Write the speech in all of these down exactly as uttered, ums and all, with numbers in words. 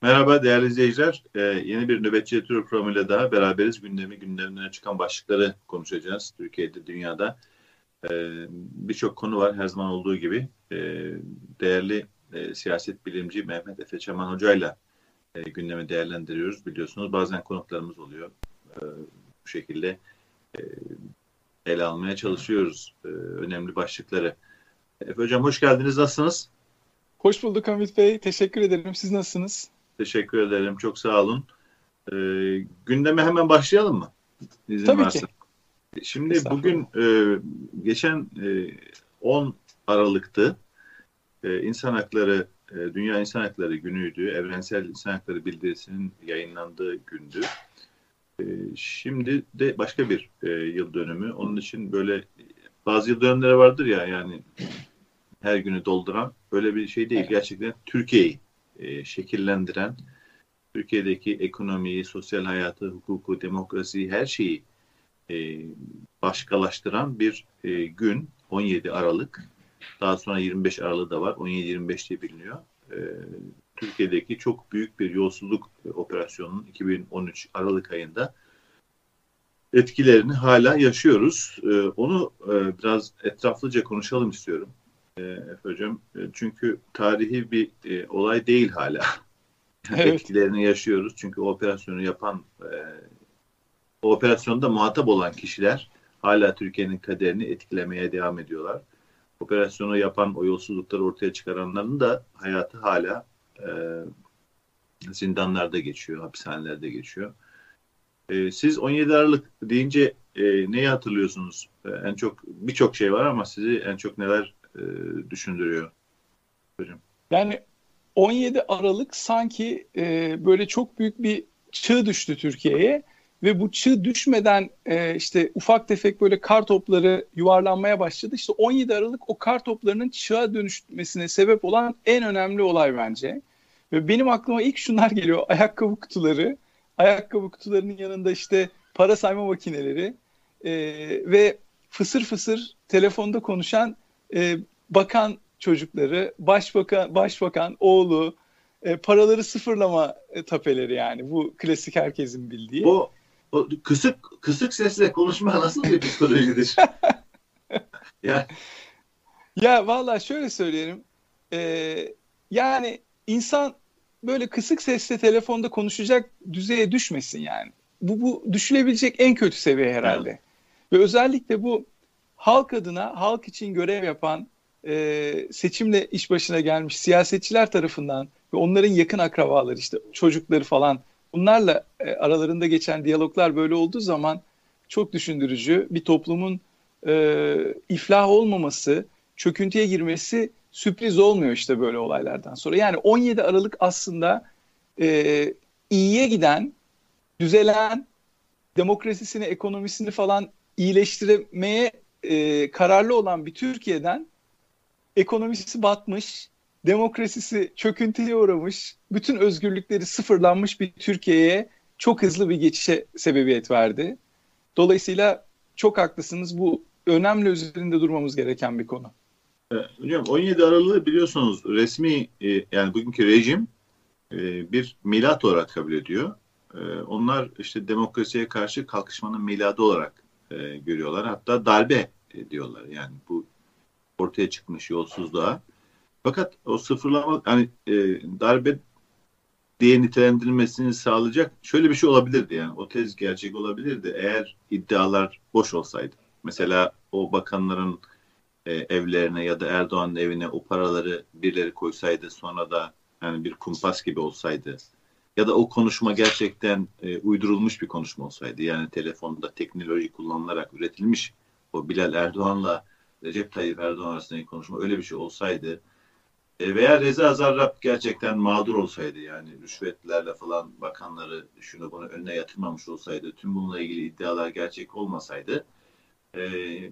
Merhaba değerli izleyiciler. Ee, yeni bir Nöbetçi Yatırım programıyla daha beraberiz. Gündemi, gündemden çıkan başlıkları konuşacağız. Türkiye'de, dünyada ee, birçok konu var her zaman olduğu gibi. Ee, değerli e, siyaset bilimci Mehmet Efe Çaman Hoca'yla e, gündemi değerlendiriyoruz. Biliyorsunuz bazen konuklarımız oluyor. Ee, bu şekilde e, ele almaya çalışıyoruz e, önemli başlıkları. Efe Hocam hoş geldiniz. Nasılsınız? Hoş bulduk Hamit Bey. Teşekkür ederim. Siz nasılsınız? Teşekkür ederim. Çok sağ olun. Ee, gündeme hemen başlayalım mı? İzin Tabii varsa. ki. Şimdi Estağfurullah. bugün e, geçen e, on Aralık'tı. E, İnsan Hakları, e, Dünya İnsan Hakları Günü'ydü. Evrensel İnsan Hakları Bildirisi'nin yayınlandığı gündü. E, şimdi de başka bir e, yıl dönümü. Onun için böyle bazı yıl dönümleri vardır ya, yani her günü dolduran, böyle bir şey değil. Evet. Gerçekten Türkiye'yi e, şekillendiren, Türkiye'deki ekonomiyi, sosyal hayatı, hukuku, demokrasiyi, her şeyi e, başkalaştıran bir e, gün. on yedi Aralık. Daha sonra yirmi beş Aralık da var. on yedi yirmi beş diye biliniyor. E, Türkiye'deki çok büyük bir yolsuzluk e, operasyonunun iki bin on üç Aralık ayında etkilerini hala yaşıyoruz. E, onu e, biraz etraflıca konuşalım istiyorum. E, Efe Hocam. E, çünkü tarihi bir e, olay değil hala. Evet. Etkilerini yaşıyoruz. Çünkü o operasyonu yapan, e, o operasyonda muhatap olan kişiler hala Türkiye'nin kaderini etkilemeye devam ediyorlar. Operasyonu yapan, o yolsuzlukları ortaya çıkaranların da hayatı hala e, zindanlarda geçiyor, hapishanelerde geçiyor. E, siz on yedi Aralık deyince e, neyi hatırlıyorsunuz? E, en çok, birçok şey var ama sizi en çok neler e, düşündürüyor hocam? Yani on yedi Aralık sanki e, böyle çok büyük bir çığ düştü Türkiye'ye ve bu çığ düşmeden e, işte ufak tefek böyle kar topları yuvarlanmaya başladı. İşte on yedi Aralık o kar toplarının çığa dönüşmesine sebep olan en önemli olay bence. Ve benim aklıma ilk şunlar geliyor: ayakkabı kutuları, ayakkabı kutularının yanında işte para sayma makineleri e, ve fısır fısır telefonda konuşan e, bakan çocukları, başbakan, başbakan, oğlu, e, paraları sıfırlama e, tapeleri, yani bu klasik herkesin bildiği. O, o kısık kısık sesle konuşma nasıl bir psikolojidir? Yani Ya vallahi şöyle söyleyelim, e, yani insan böyle kısık sesle telefonda konuşacak düzeye düşmesin yani. Bu, bu düşülebilecek en kötü seviye evet. herhalde. Ve özellikle bu halk adına, halk için görev yapan, e, seçimle iş başına gelmiş siyasetçiler tarafından ve onların yakın akrabaları, işte çocukları falan, bunlarla e, aralarında geçen diyaloglar böyle olduğu zaman çok düşündürücü. Bir toplumun e, iflah olmaması, çöküntüye girmesi sürpriz olmuyor işte böyle olaylardan sonra. Yani on yedi Aralık aslında e, iyiye giden, düzelen, demokrasisini, ekonomisini falan iyileştirmeye e, kararlı olan bir Türkiye'den, ekonomisi batmış, demokrasisi çöküntüye uğramış, bütün özgürlükleri sıfırlanmış bir Türkiye'ye çok hızlı bir geçişe sebebiyet verdi. Dolayısıyla çok haklısınız. Bu önemli, üzerinde durmamız gereken bir konu. E, Hocam on yedi Aralık'ı biliyorsunuz resmi, e, yani bugünkü rejim e, bir milat olarak kabul ediyor. E, onlar işte demokrasiye karşı kalkışmanın miladı olarak e, görüyorlar. Hatta darbe e, diyorlar. Yani bu ortaya çıkmış yolsuzluğa. Fakat o sıfırlama, hani e, darbe diye nitelendirilmesini sağlayacak şöyle bir şey olabilirdi, yani o tez gerçek olabilirdi eğer iddialar boş olsaydı. Mesela o bakanların e, evlerine ya da Erdoğan'ın evine o paraları birileri koysaydı, sonra da yani bir kumpas gibi olsaydı, ya da o konuşma gerçekten e, uydurulmuş bir konuşma olsaydı, yani telefonda teknoloji kullanılarak üretilmiş, o Bilal Erdoğan'la Recep Tayyip Erdoğan arasındaki konuşma öyle bir şey olsaydı, e, veya Reza Zarrab gerçekten mağdur olsaydı, yani rüşvetlerle falan bakanları şunu bunu önüne yatırmamış olsaydı, tüm bununla ilgili iddialar gerçek olmasaydı, e,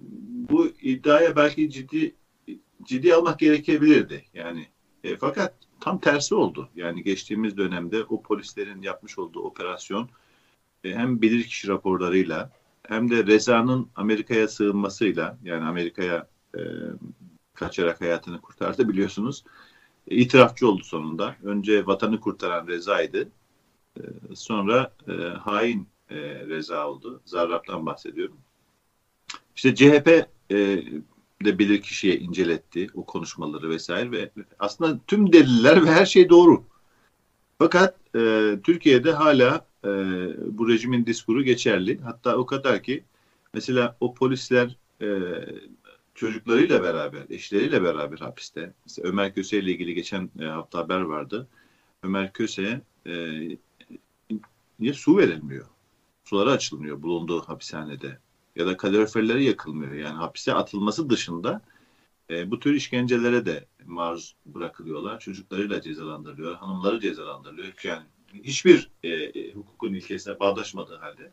bu iddiaya belki ciddi ciddi almak gerekebilirdi. Yani e, fakat tam tersi oldu. Yani geçtiğimiz dönemde o polislerin yapmış olduğu operasyon e, hem bilirkişi raporlarıyla hem de Reza'nın Amerika'ya sığınmasıyla, yani Amerika'ya e, kaçarak hayatını kurtardı biliyorsunuz. itirafçı oldu sonunda. Önce vatanı kurtaran Reza'ydı. E, sonra e, hain e, Reza oldu. Zarrab'dan bahsediyorum. İşte C H P e, de bilirkişiye inceletti o konuşmaları vesaire ve aslında tüm deliller ve her şey doğru. Fakat e, Türkiye'de hala e, bu rejimin diskuru geçerli. Hatta o kadar ki mesela o polisler e, çocuklarıyla beraber, eşleriyle beraber hapiste. Mesela Ömer Köse ile ilgili geçen e, hafta haber vardı. Ömer Köse'ye e, su verilmiyor. Suları açılmıyor bulunduğu hapishanede. Ya da kaloriferleri yakılmıyor. Yani hapise atılması dışında e, bu tür işkencelere de maruz bırakılıyorlar. Çocuklarıyla cezalandırılıyor. Hanımları cezalandırılıyor. Yani hiçbir e, hukukun ilkesine bağdaşmadığı halde.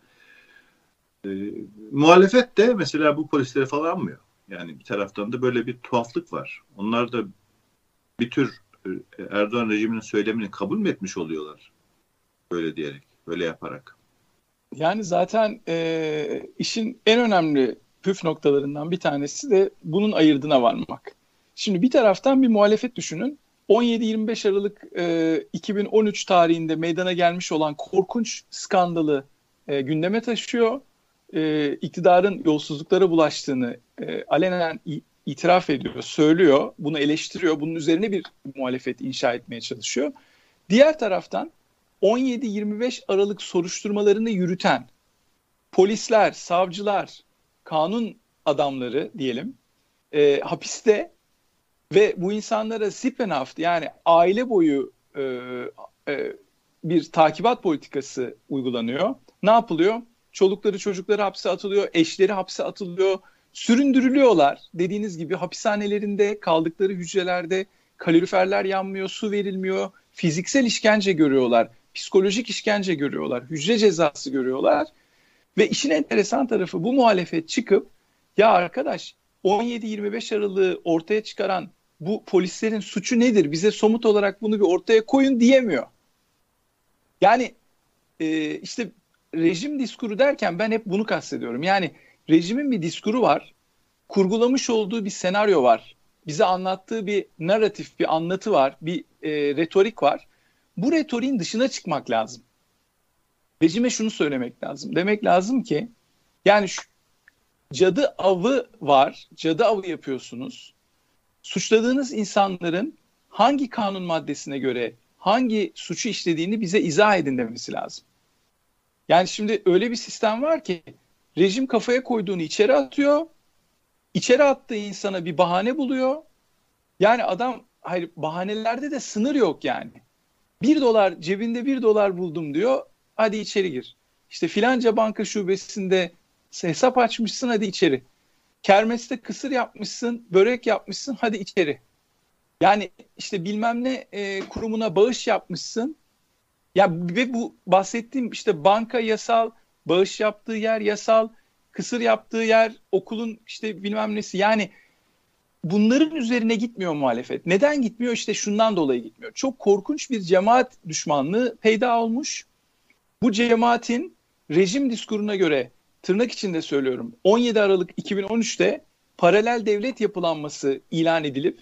E, muhalefet de mesela bu polisleri falan almıyor. Yani bir taraftan da böyle bir tuhaflık var. Onlar da bir tür e, Erdoğan rejiminin söylemini kabul mü etmiş oluyorlar? Böyle diyerek, böyle yaparak. Yani zaten e, işin en önemli püf noktalarından bir tanesi de bunun ayırdına varmak. Şimdi bir taraftan bir muhalefet düşünün. on yedi yirmi beş Aralık e, iki bin on üç tarihinde meydana gelmiş olan korkunç skandalı e, gündeme taşıyor. E, iktidarın yolsuzluklara bulaştığını e, alenen itiraf ediyor, söylüyor, bunu eleştiriyor. Bunun üzerine bir muhalefet inşa etmeye çalışıyor. Diğer taraftan on yedi yirmi beş Aralık soruşturmalarını yürüten polisler, savcılar, kanun adamları diyelim e, hapiste ve bu insanlara Sippenhaft yani aile boyu e, e, bir takibat politikası uygulanıyor. Ne yapılıyor? Çolukları çocukları hapse atılıyor, eşleri hapse atılıyor, süründürülüyorlar. Dediğiniz gibi hapishanelerinde kaldıkları hücrelerde kaloriferler yanmıyor, su verilmiyor, fiziksel işkence görüyorlar. Psikolojik işkence görüyorlar, hücre cezası görüyorlar ve işin enteresan tarafı bu muhalefet çıkıp ya arkadaş on yedi yirmi beş Aralık'ı ortaya çıkaran bu polislerin suçu nedir? Bize somut olarak bunu bir ortaya koyun diyemiyor. Yani e, işte rejim diskuru derken ben hep bunu kastediyorum. Yani rejimin bir diskuru var, kurgulamış olduğu bir senaryo var, bize anlattığı bir narratif, bir anlatı var, bir e, retorik var. Bu retoriğin dışına çıkmak lazım. Rejime şunu söylemek lazım. Demek lazım ki yani şu, cadı avı var. Cadı avı yapıyorsunuz. Suçladığınız insanların hangi kanun maddesine göre hangi suçu işlediğini bize izah edin demesi lazım. Yani şimdi öyle bir sistem var ki rejim kafaya koyduğunu içeri atıyor. İçeri attığı insana bir bahane buluyor. Yani adam hayır bahanelerde de sınır yok yani. Bir dolar cebinde bir dolar buldum diyor. Hadi içeri gir. İşte filanca banka şubesinde hesap açmışsın hadi içeri. Kermeste kısır yapmışsın, börek yapmışsın hadi içeri. Yani işte bilmem ne e, kurumuna bağış yapmışsın. Ya ve bu bahsettiğim işte banka yasal, bağış yaptığı yer yasal, kısır yaptığı yer okulun işte bilmem nesi. Yani bunların üzerine gitmiyor muhalefet. Neden gitmiyor? İşte şundan dolayı gitmiyor. Çok korkunç bir cemaat düşmanlığı peyda olmuş. Bu cemaatin rejim diskuruna göre tırnak içinde söylüyorum on yedi Aralık iki bin on üçte paralel devlet yapılanması ilan edilip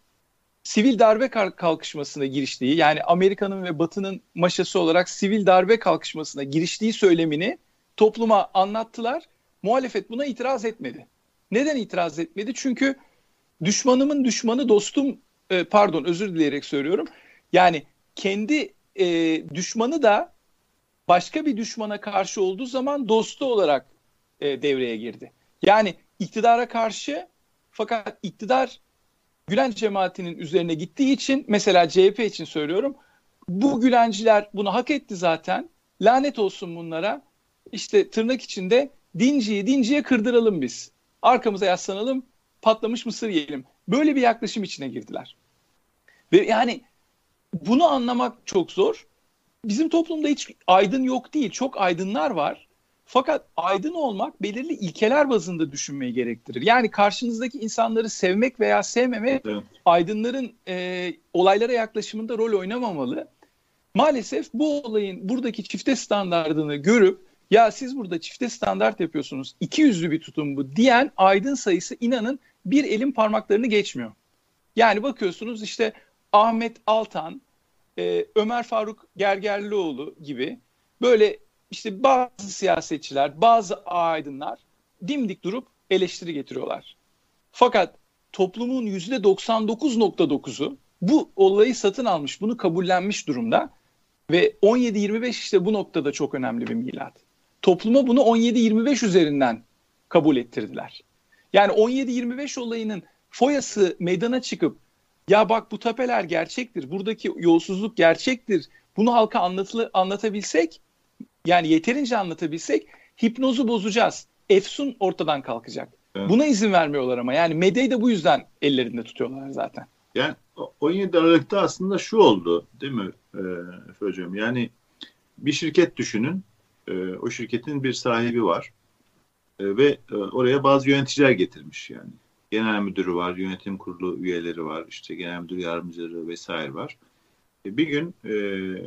sivil darbe kalkışmasına giriştiği yani Amerika'nın ve Batı'nın maşası olarak sivil darbe kalkışmasına giriştiği söylemini topluma anlattılar. Muhalefet buna itiraz etmedi. Neden itiraz etmedi? Çünkü düşmanımın düşmanı dostum e, pardon özür dileyerek söylüyorum. Yani kendi e, düşmanı da başka bir düşmana karşı olduğu zaman dostu olarak e, devreye girdi. Yani iktidara karşı fakat iktidar Gülen cemaatinin üzerine gittiği için mesela C H P için söylüyorum. Bu Gülenciler bunu hak etti zaten. Lanet olsun bunlara. İşte tırnak içinde dinciyi dinciye kırdıralım biz. Arkamıza yaslanalım, patlamış mısır yiyelim. Böyle bir yaklaşım içine girdiler. Ve yani bunu anlamak çok zor. Bizim toplumda hiç aydın yok değil. Çok aydınlar var. Fakat aydın olmak belirli ilkeler bazında düşünmeyi gerektirir. Yani karşınızdaki insanları sevmek veya sevmemek evet. aydınların e, olaylara yaklaşımında rol oynamamalı. Maalesef bu olayın buradaki çifte standardını görüp ya siz burada çifte standart yapıyorsunuz, iki yüzlü bir tutum bu diyen aydın sayısı inanın bir elin parmaklarını geçmiyor. Yani bakıyorsunuz işte Ahmet Altan, e, Ömer Faruk Gergerlioğlu gibi böyle işte bazı siyasetçiler, bazı aydınlar dimdik durup eleştiri getiriyorlar. Fakat toplumun yüzde doksan dokuz nokta dokuzu bu olayı satın almış, bunu kabullenmiş durumda ve on yedi yirmi beş işte bu noktada çok önemli bir milat. Topluma bunu on yedi yirmi beş üzerinden kabul ettirdiler. Yani on yedi yirmi beş olayının foyası meydana çıkıp ya bak bu tapeler gerçektir, buradaki yolsuzluk gerçektir, bunu halka anlatılı, anlatabilsek, yani yeterince anlatabilsek hipnozu bozacağız. Efsun ortadan kalkacak. Evet. Buna izin vermiyorlar ama yani medyayı da bu yüzden ellerinde tutuyorlar zaten. Yani on yedi Aralık'ta aslında şu oldu değil mi e, Efe Hocam? Yani bir şirket düşünün. E, o şirketin bir sahibi var. E, ve e, oraya bazı yöneticiler getirmiş yani. Genel müdürü var, yönetim kurulu üyeleri var, işte genel müdür yardımcıları vesaire var. E, bir gün e,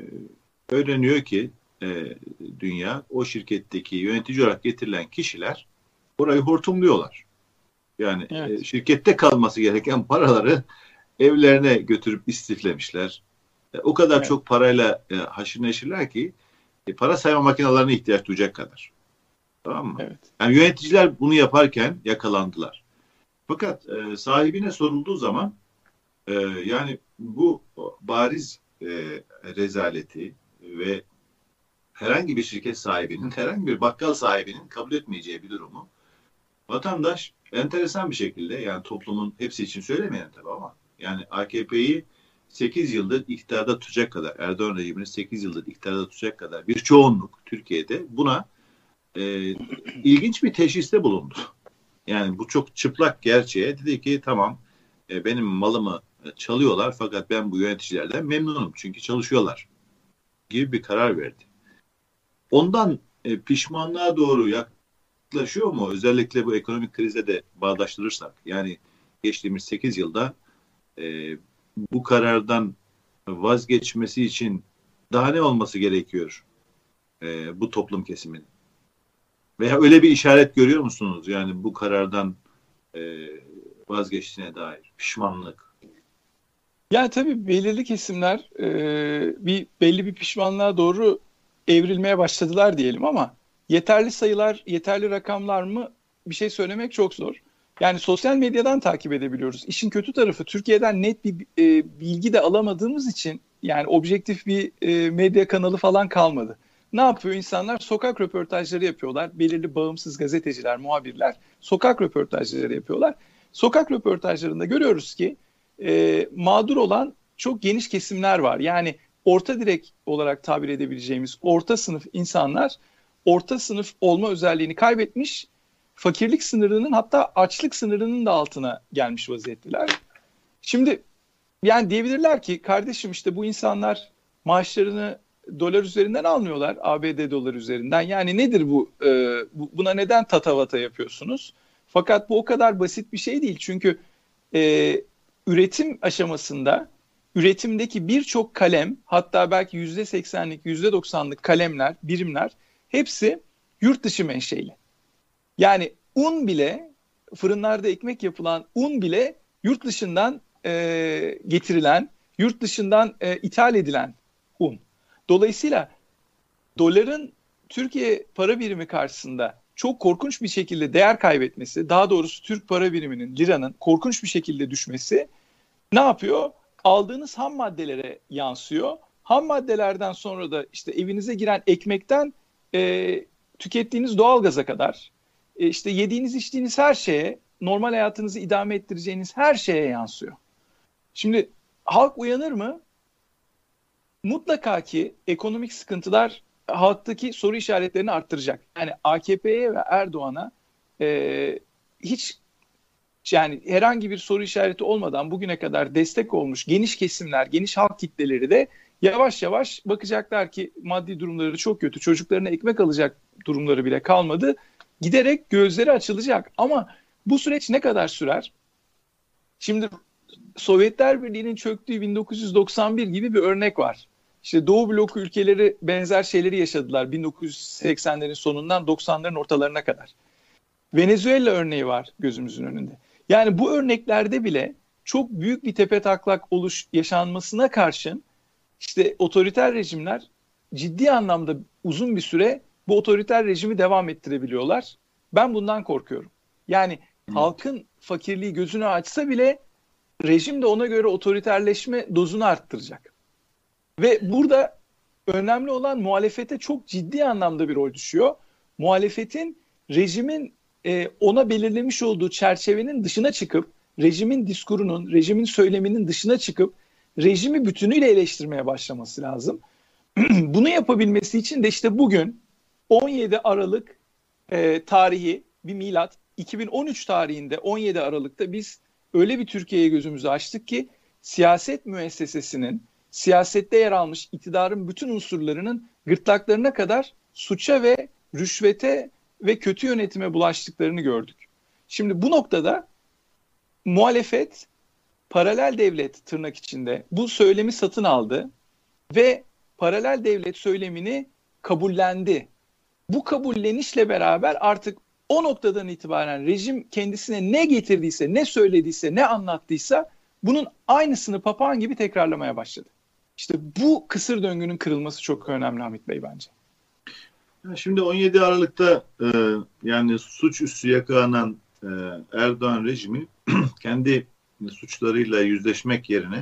öğreniyor ki e, dünya, o şirketteki yönetici olarak getirilen kişiler orayı hortumluyorlar. Yani evet. e, şirkette kalması gereken paraları evlerine götürüp istiflemişler. E, o kadar evet. çok parayla e, haşır neşirler ki e, para sayma makinelerine ihtiyaç duyacak kadar. Tamam mı? Evet. Yani yöneticiler bunu yaparken yakalandılar. Fakat e, sahibine sorulduğu zaman e, yani bu bariz e, rezaleti ve herhangi bir şirket sahibinin, herhangi bir bakkal sahibinin kabul etmeyeceği bir durumu vatandaş enteresan bir şekilde, yani toplumun hepsi için söylemeyen tabii ama yani A K P'yi sekiz yıldır iktidarda tutacak kadar, Erdoğan rejimini sekiz yıldır iktidarda tutacak kadar bir çoğunluk Türkiye'de buna e, ilginç bir teşhiste bulundu. Yani bu çok çıplak gerçeğe dedi ki tamam e, benim malımı çalıyorlar fakat ben bu yöneticilerden memnunum çünkü çalışıyorlar gibi bir karar verdi. Ondan e, pişmanlığa doğru yaklaşıyor mu? Özellikle bu ekonomik krize de bağdaştırırsak. Yani geçtiğimiz sekiz yılda e, bu karardan vazgeçmesi için daha ne olması gerekiyor e, bu toplum kesiminin? Veya öyle bir işaret görüyor musunuz? Yani bu karardan e, vazgeçtiğine dair pişmanlık. Yani tabii belirli kesimler e, bir belli bir pişmanlığa doğru evrilmeye başladılar diyelim ama yeterli sayılar, yeterli rakamlar mı bir şey söylemek çok zor. Yani sosyal medyadan takip edebiliyoruz. İşin kötü tarafı Türkiye'den net bir e, bilgi de alamadığımız için yani objektif bir e, medya kanalı falan kalmadı. Ne yapıyor insanlar? Sokak röportajları yapıyorlar. Belirli bağımsız gazeteciler, muhabirler sokak röportajları yapıyorlar. Sokak röportajlarında görüyoruz ki e, mağdur olan çok geniş kesimler var. Yani orta direk olarak tabir edebileceğimiz orta sınıf insanlar orta sınıf olma özelliğini kaybetmiş, fakirlik sınırının hatta açlık sınırının da altına gelmiş vaziyetteler. Şimdi yani diyebilirler ki kardeşim işte bu insanlar maaşlarını dolar üzerinden almıyorlar, A B D dolar üzerinden. Yani nedir bu? E, buna neden tatavata yapıyorsunuz? Fakat bu o kadar basit bir şey değil. Çünkü e, üretim aşamasında üretimdeki birçok kalem, hatta belki yüzde seksenlik, yüzde doksanlık kalemler, birimler hepsi yurt dışı menşeli. Yani un bile, fırınlarda ekmek yapılan un bile yurt dışından e, getirilen, yurt dışından e, ithal edilen un. Dolayısıyla doların Türkiye para birimi karşısında çok korkunç bir şekilde değer kaybetmesi, daha doğrusu Türk para biriminin, liranın korkunç bir şekilde düşmesi ne yapıyor? Aldığınız ham maddelere yansıyor. Ham maddelerden sonra da işte evinize giren ekmekten e, tükettiğiniz doğalgaza kadar, e, işte yediğiniz içtiğiniz her şeye, normal hayatınızı idame ettireceğiniz her şeye yansıyor. Şimdi halk uyanır mı? Mutlaka ki ekonomik sıkıntılar halktaki soru işaretlerini arttıracak. Yani A K P'ye ve Erdoğan'a e, hiç yani herhangi bir soru işareti olmadan bugüne kadar destek olmuş geniş kesimler, geniş halk kitleleri de yavaş yavaş bakacaklar ki maddi durumları çok kötü. Çocuklarına ekmek alacak durumları bile kalmadı. Giderek gözleri açılacak. Ama bu süreç ne kadar sürer? Şimdi Sovyetler Birliği'nin çöktüğü bin dokuz yüz doksan bir gibi bir örnek var. İşte Doğu bloku ülkeleri benzer şeyleri yaşadılar bin dokuz yüz seksenlerin sonundan doksanların ortalarına kadar. Venezuela örneği var gözümüzün önünde. Yani bu örneklerde bile çok büyük bir tepetaklak oluş yaşanmasına karşın işte otoriter rejimler ciddi anlamda uzun bir süre bu otoriter rejimi devam ettirebiliyorlar. Ben bundan korkuyorum. Yani Hı. halkın fakirliği gözünü açsa bile rejim de ona göre otoriterleşme dozunu arttıracak. Ve burada önemli olan muhalefete çok ciddi anlamda bir rol düşüyor. Muhalefetin rejimin e, ona belirlemiş olduğu çerçevenin dışına çıkıp, rejimin diskurunun, rejimin söyleminin dışına çıkıp rejimi bütünüyle eleştirmeye başlaması lazım. Bunu yapabilmesi için de işte bugün on yedi Aralık e, tarihi bir milat. iki bin on üç tarihinde on yedi Aralık'ta biz öyle bir Türkiye'ye gözümüzü açtık ki siyaset müessesesinin, siyasette yer almış iktidarın bütün unsurlarının gırtlaklarına kadar suça ve rüşvete ve kötü yönetime bulaştıklarını gördük. Şimdi bu noktada muhalefet, paralel devlet tırnak içinde bu söylemi satın aldı ve paralel devlet söylemini kabullendi. Bu kabullenişle beraber artık o noktadan itibaren rejim kendisine ne getirdiyse, ne söylediyse, ne anlattıysa bunun aynısını papağan gibi tekrarlamaya başladı. İşte bu kısır döngünün kırılması çok önemli Hamit Bey bence. Şimdi on yedi Aralık'ta e, yani suçüstü yakalanan e, Erdoğan rejimi kendi suçlarıyla yüzleşmek yerine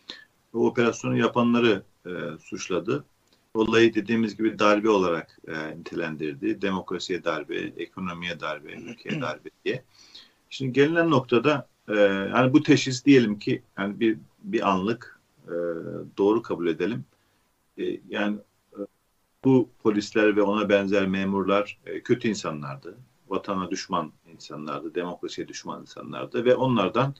o operasyonu yapanları e, suçladı. Olayı dediğimiz gibi darbe olarak e, nitelendirdi. Demokrasiye darbe, ekonomiye darbe, ülkeye darbe diye. Şimdi gelinen noktada e, yani bu teşhis diyelim ki yani bir bir anlık e, doğru kabul edelim. E, yani e, bu polisler ve ona benzer memurlar e, kötü insanlardı. Vatana düşman insanlardı, demokrasiye düşman insanlardı ve onlardan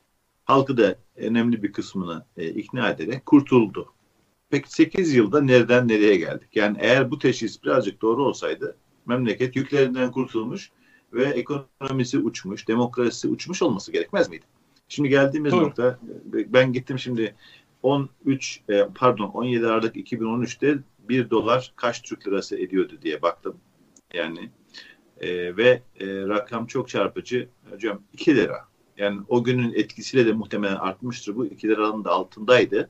halkı da önemli bir kısmını e, ikna ederek kurtuldu. Peki sekiz yılda nereden nereye geldik? Yani eğer bu teşhis birazcık doğru olsaydı memleket yüklerinden kurtulmuş ve ekonomisi uçmuş, demokrasisi uçmuş olması gerekmez miydi? Şimdi geldiğimiz Doğru. nokta, ben gittim şimdi on üç pardon on yedi Aralık iki bin on üçte bir dolar kaç Türk lirası ediyordu diye baktım. Yani e, ve e, rakam çok çarpıcı. Hocam iki lira. Yani o günün etkisiyle de muhtemelen artmıştır. Bu iki liranın da altındaydı.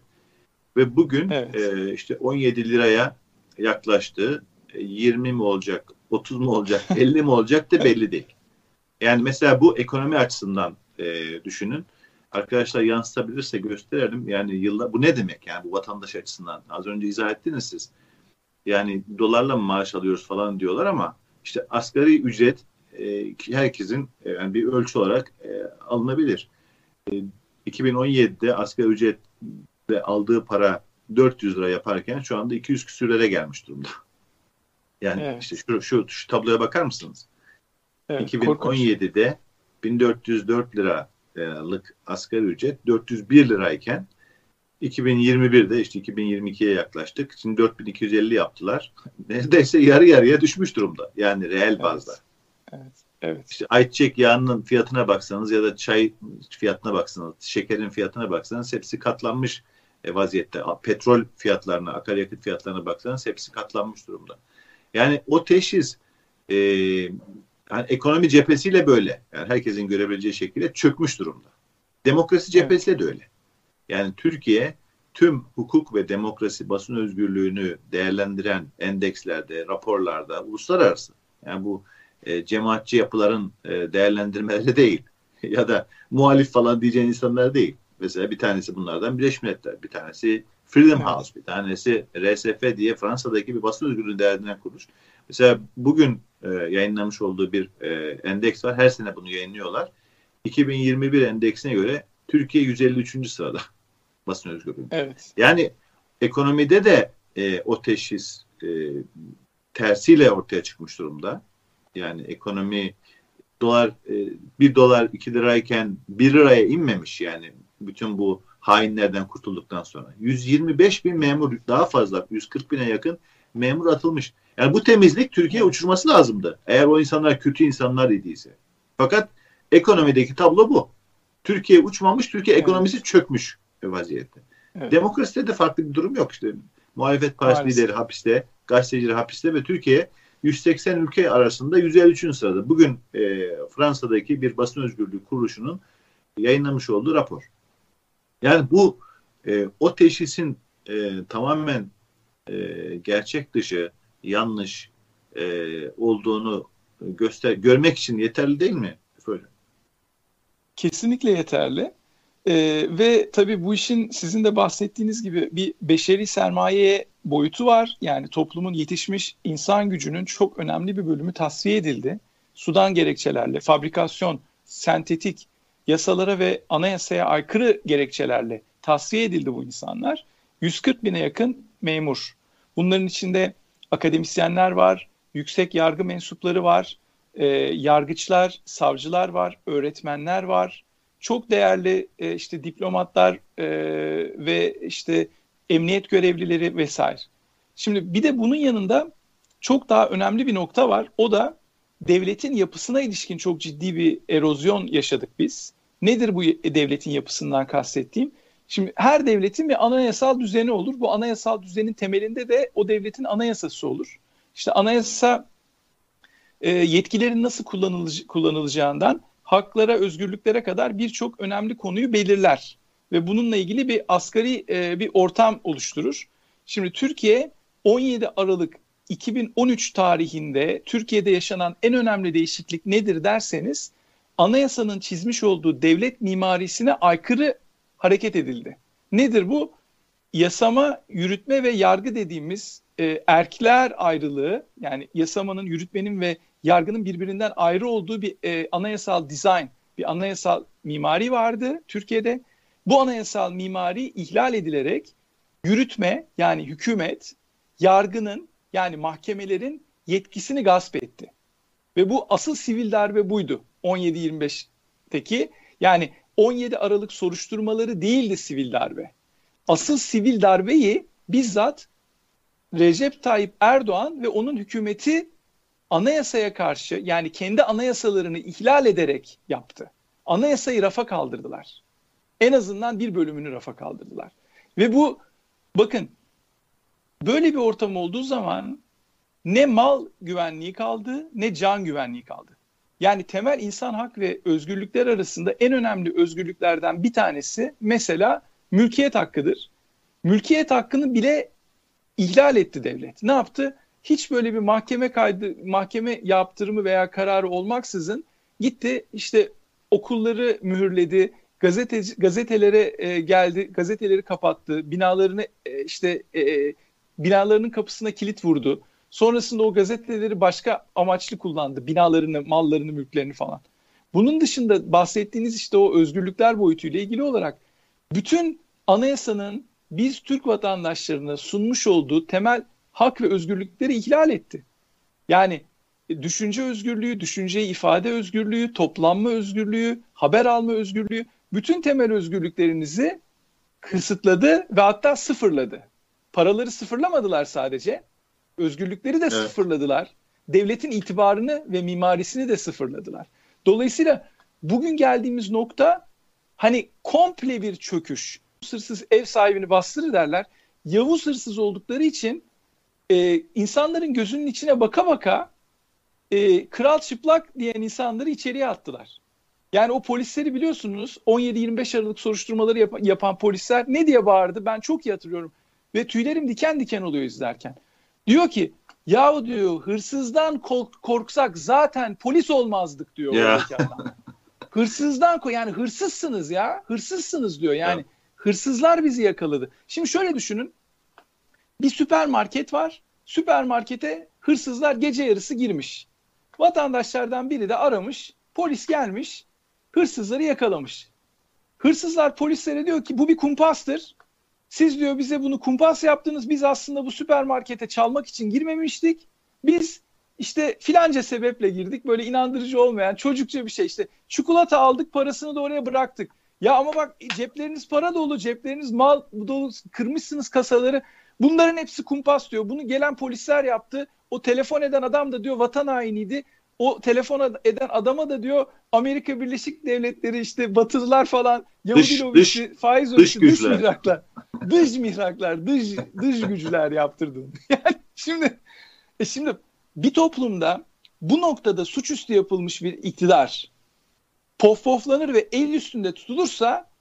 Ve bugün evet. e, işte on yedi liraya yaklaştı. E, yirmi mi olacak, otuz mu olacak, elli mi olacak da belli değil. Yani mesela bu ekonomi açısından e, düşünün. Arkadaşlar yansıtabilirse gösterelim. Yani yıllar bu ne demek yani bu vatandaş açısından? Az önce izah ettiniz siz. Yani dolarla mı maaş alıyoruz falan diyorlar ama işte asgari ücret e, herkesin e, yani bir ölçü olarak e, alınabilir. E, iki bin on yedide asgari ücret ve aldığı para dört yüz lira yaparken şu anda iki yüz küsürlere gelmiş durumda. Yani evet. işte şu, şu, şu tabloya bakar mısınız? Evet, iki bin on yedide bin dört yüz dört liralık asgari ücret dört yüz bir lirayken iki bin yirmi birde işte iki bin yirmi ikiye yaklaştık. Şimdi dört bin iki yüz elli yaptılar. Neredeyse yarı yarıya düşmüş durumda. Yani reel evet. bazda. Evet. Evet. İşte ayçiçek yağının fiyatına baksanız ya da çay fiyatına baksanız, şekerin fiyatına baksanız hepsi katlanmış vaziyette. Petrol fiyatlarına, akaryakıt fiyatlarına baksanız hepsi katlanmış durumda. Yani o teşhis e, yani ekonomi cephesiyle böyle. Yani herkesin görebileceği şekilde çökmüş durumda. Demokrasi cephesiyle evet. de öyle. Yani Türkiye tüm hukuk ve demokrasi basın özgürlüğünü değerlendiren endekslerde, raporlarda, uluslararası yani bu e, cemaatçi yapıların e, değerlendirmeleri değil ya da muhalif falan diyeceğin insanlar değil. Mesela bir tanesi bunlardan Birleşmiş Milletler, bir tanesi Freedom evet. House, bir tanesi R S F diye Fransa'daki bir basın özgürlüğünü değerlendiren kuruluş. Mesela bugün e, yayınlamış olduğu bir e, endeks var. Her sene bunu yayınlıyorlar. iki bin yirmi bir endeksine göre Türkiye yüz elli üçüncü sırada basın özgürlüğü. Evet. Yani ekonomide de e, o teşhis e, tersiyle ortaya çıkmış durumda. Yani ekonomi dolar e, bir dolar iki lirayken bir liraya inmemiş yani bütün bu hainlerden kurtulduktan sonra. yüz yirmi beş bin memur daha fazla yüz kırk bine yakın memur atılmış. Yani bu temizlik Türkiye evet. uçurması lazımdı. Eğer o insanlar kötü insanlar idiyse. Fakat ekonomideki tablo bu. Türkiye uçmamış, Türkiye evet. ekonomisi çökmüş vaziyette. Evet. Demokraside de farklı bir durum yok. İşte muhalefet partisi lideri hapiste, gazetecileri hapiste ve Türkiye yüz seksen ülke arasında yüz elli üçüncü sırada. Bugün e, Fransa'daki bir basın özgürlüğü kuruluşunun yayınlamış olduğu rapor. Yani bu e, o teşhisin e, tamamen e, gerçek dışı, yanlış e, olduğunu göster görmek için yeterli değil mi? Böyle. Kesinlikle yeterli. Ee, ve tabii bu işin sizin de bahsettiğiniz gibi bir beşeri sermaye boyutu var. Yani toplumun yetişmiş insan gücünün çok önemli bir bölümü tasfiye edildi. Sudan gerekçelerle, fabrikasyon, sentetik yasalara ve anayasaya aykırı gerekçelerle tasfiye edildi bu insanlar. yüz kırk bine yakın memur. Bunların içinde akademisyenler var, yüksek yargı mensupları var, e, yargıçlar, savcılar var, öğretmenler var. Çok değerli e, işte diplomatlar e, ve işte emniyet görevlileri vesaire. Şimdi bir de bunun yanında çok daha önemli bir nokta var. O da devletin yapısına ilişkin çok ciddi bir erozyon yaşadık biz. Nedir bu devletin yapısından kastettiğim? Şimdi her devletin bir anayasal düzeni olur. Bu anayasal düzenin temelinde de o devletin anayasası olur. İşte anayasa e, yetkilerin nasıl kullanılac- kullanılacağından haklara, özgürlüklere kadar birçok önemli konuyu belirler. Ve bununla ilgili bir asgari e, bir ortam oluşturur. Şimdi Türkiye on yedi Aralık iki bin on üç tarihinde Türkiye'de yaşanan en önemli değişiklik nedir derseniz, anayasanın çizmiş olduğu devlet mimarisine aykırı hareket edildi. Nedir bu? Yasama, yürütme ve yargı dediğimiz e, erkler ayrılığı, yani yasamanın, yürütmenin ve yargının birbirinden ayrı olduğu bir e, anayasal dizayn, bir anayasal mimari vardı Türkiye'de. Bu anayasal mimari ihlal edilerek yürütme, yani hükümet, yargının, yani mahkemelerin yetkisini gasp etti. Ve bu asıl sivil darbe buydu on yedi yirmi beşteki. Yani on yedi Aralık soruşturmaları değildi sivil darbe. Asıl sivil darbeyi bizzat Recep Tayyip Erdoğan ve onun hükümeti anayasaya karşı, yani kendi anayasalarını ihlal ederek yaptı. Anayasayı rafa kaldırdılar. En azından bir bölümünü rafa kaldırdılar. Ve bu, bakın, böyle bir ortam olduğu zaman ne mal güvenliği kaldı, ne can güvenliği kaldı. Yani temel insan hak ve özgürlükler arasında en önemli özgürlüklerden bir tanesi mesela mülkiyet hakkıdır. Mülkiyet hakkını bile ihlal etti devlet. Ne yaptı? Hiç böyle bir mahkeme kaydı, mahkeme yaptırımı veya kararı olmaksızın gitti, işte okulları mühürledi, gazete gazetelere e, geldi, gazeteleri kapattı, binalarını e, işte e, binalarının kapısına kilit vurdu. Sonrasında o gazeteleri başka amaçlı kullandı, binalarını, mallarını, mülklerini falan. Bunun dışında bahsettiğiniz işte o özgürlükler boyutuyla ilgili olarak bütün anayasanın biz Türk vatandaşlarına sunmuş olduğu temel hak ve özgürlükleri ihlal etti. Yani düşünce özgürlüğü, düşünceyi ifade özgürlüğü, toplanma özgürlüğü, haber alma özgürlüğü, bütün temel özgürlüklerinizi kısıtladı ve hatta sıfırladı. Paraları sıfırlamadılar sadece, özgürlükleri de evet. sıfırladılar. Devletin itibarını ve mimarisini de sıfırladılar. Dolayısıyla bugün geldiğimiz nokta hani komple bir çöküş. Hırsız ev sahibini bastırır derler. Yavuz hırsız oldukları için e, insanların gözünün içine baka baka e, kral çıplak diyen insanları içeriye attılar. Yani o polisleri biliyorsunuz, on yedi yirmi beş Aralık soruşturmaları yap- yapan polisler ne diye bağırdı ben çok iyi hatırlıyorum. Ve tüylerim diken diken oluyor izlerken. Diyor ki yahu diyor hırsızdan kork- korksak zaten polis olmazdık diyor yeah. oradaki adam. Hırsızdan kork yani hırsızsınız ya hırsızsınız diyor yani. Yeah. Hırsızlar bizi yakaladı. Şimdi şöyle düşünün. Bir süpermarket var. Süpermarkete hırsızlar gece yarısı girmiş. Vatandaşlardan biri de aramış. Polis gelmiş. Hırsızları yakalamış. Hırsızlar polislere diyor ki bu bir kumpastır. Siz diyor bize bunu kumpas yaptınız. Biz aslında bu süpermarkete çalmak için girmemiştik. Biz işte filanca sebeple girdik. Böyle inandırıcı olmayan çocukça bir şey işte. Çikolata aldık, parasını da oraya bıraktık. Ya ama bak cepleriniz para dolu, cepleriniz mal dolu, kırmışsınız kasaları. Bunların hepsi kumpas diyor. Bunu gelen polisler yaptı. O telefon eden adam da diyor vatan hainiydi. O telefon eden adama da diyor Amerika Birleşik Devletleri işte Batılılar falan, Yahudi lobisi, faiz örgütü, dış, dış mihraklar. Dış mihraklar, dış, dış güçler yaptırdı. Yani şimdi, e şimdi bir toplumda bu noktada suçüstü yapılmış bir iktidar pofpoflanır ve el üstünde tutulursa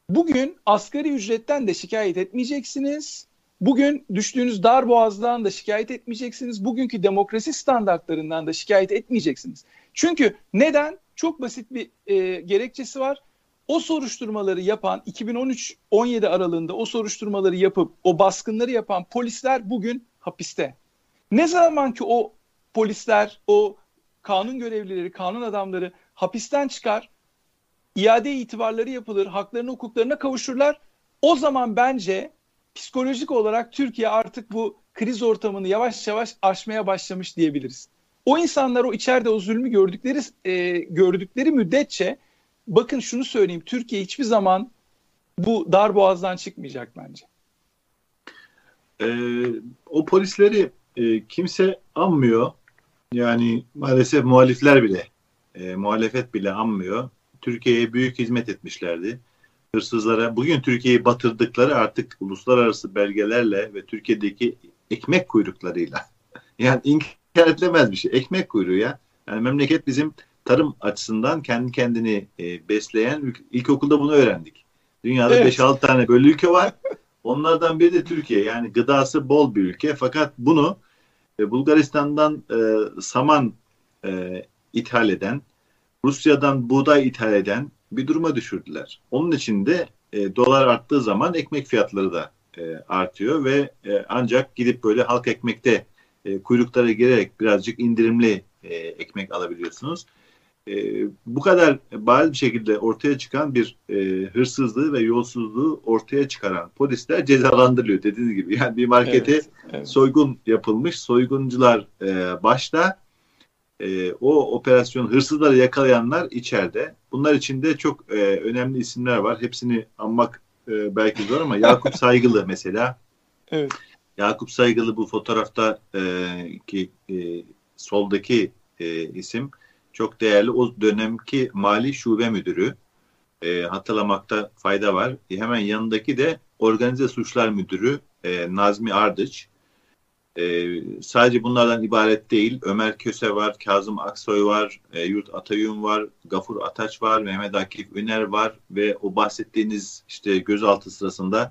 Bugün asgari ücretten de şikayet etmeyeceksiniz. Bugün düştüğünüz dar boğazdan da şikayet etmeyeceksiniz. Bugünkü demokrasi standartlarından da şikayet etmeyeceksiniz. Çünkü neden? Çok basit bir e, gerekçesi var. O soruşturmaları yapan, iki bin on üç on yedi aralığında o soruşturmaları yapıp o baskınları yapan polisler bugün hapiste. Ne zaman ki o polisler, o kanun görevlileri, kanun adamları hapisten çıkar, iade itibarları yapılır, haklarına, hukuklarına kavuşurlar. O zaman bence psikolojik olarak Türkiye artık bu kriz ortamını yavaş yavaş aşmaya başlamış diyebiliriz. O insanlar o içeride o zulmü gördükleri e, gördükleri müddetçe, bakın şunu söyleyeyim, Türkiye hiçbir zaman bu darboğazdan çıkmayacak bence. Ee, o polisleri e, kimse anmıyor. Yani maalesef muhalifler bile, e, muhalefet bile anmıyor. Türkiye'ye büyük hizmet etmişlerdi. Hırsızlara, bugün Türkiye'yi batırdıkları artık uluslararası belgelerle ve Türkiye'deki ekmek kuyruklarıyla. Yani inkar edilemez bir şey. Ekmek kuyruğu ya. Yani memleket bizim tarım açısından kendi kendini e, besleyen, ilkokulda bunu öğrendik. Dünyada evet. beş altı tane böyle ülke var. Onlardan biri de Türkiye. Yani gıdası bol bir ülke. Fakat bunu e, Bulgaristan'dan e, saman e, ithal eden, Rusya'dan buğday ithal eden bir duruma düşürdüler. Onun için de e, dolar arttığı zaman ekmek fiyatları da e, artıyor ve e, ancak gidip böyle halk ekmekte e, kuyruklara girerek birazcık indirimli e, ekmek alabiliyorsunuz. E, bu kadar bariz bir şekilde ortaya çıkan bir e, hırsızlığı ve yolsuzluğu ortaya çıkaran polisler cezalandırılıyor dediğiniz gibi. Yani bir markete evet, evet. soygun yapılmış, soyguncular e, başta, e, o operasyon hırsızları yakalayanlar içeride. Bunlar içinde çok e, önemli isimler var. Hepsini anmak e, belki zor ama Yakup Saygılı mesela. Evet. Yakup Saygılı bu fotoğrafta e, ki e, soldaki e, isim çok değerli. O dönemki Mali Şube Müdürü. E, hatırlamakta fayda var. E, hemen yanındaki de Organize Suçlar Müdürü e, Nazmi Ardıç. E, sadece bunlardan ibaret değil. Ömer Köse var, Kazım Aksoy var, e, Yurt Atayun var, Gafur Ataç var, Mehmet Akif Üner var ve o bahsettiğiniz işte gözaltı sırasında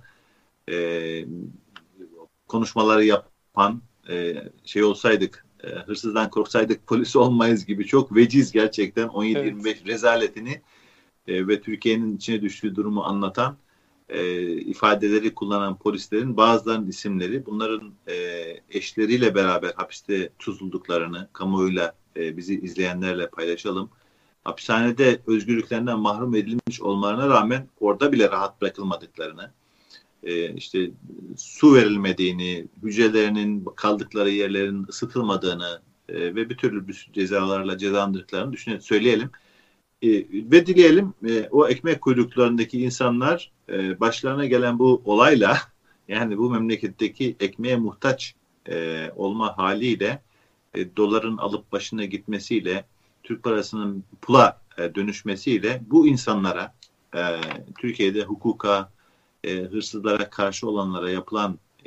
e, konuşmaları yapan e, şey olsaydık, e, hırsızdan korksaydık polis olmayız gibi çok veciz gerçekten on yedi yirmi beş evet. rezaletini e, ve Türkiye'nin içine düştüğü durumu anlatan e, ifadeleri kullanan polislerin bazılarının isimleri, bunların e, eşleriyle beraber hapiste tutulduklarını kamuoyuyla e, bizi izleyenlerle paylaşalım. Hapishanede özgürlüklerinden mahrum edilmiş olmalarına rağmen orada bile rahat bırakılmadıklarını, e, işte su verilmediğini, hücrelerinin kaldıkları yerlerin ısıtılmadığını e, ve bir türlü bir cezalarla cezalandırdıklarını düşünelim, söyleyelim. E, ve dileyelim e, o ekmek kuyruklarındaki insanlar e, başlarına gelen bu olayla, yani bu memleketteki ekmeğe muhtaç e, olma haliyle, e, doların alıp başına gitmesiyle, Türk parasının pula e, dönüşmesiyle bu insanlara, e, Türkiye'de hukuka, e, hırsızlara karşı olanlara yapılan e,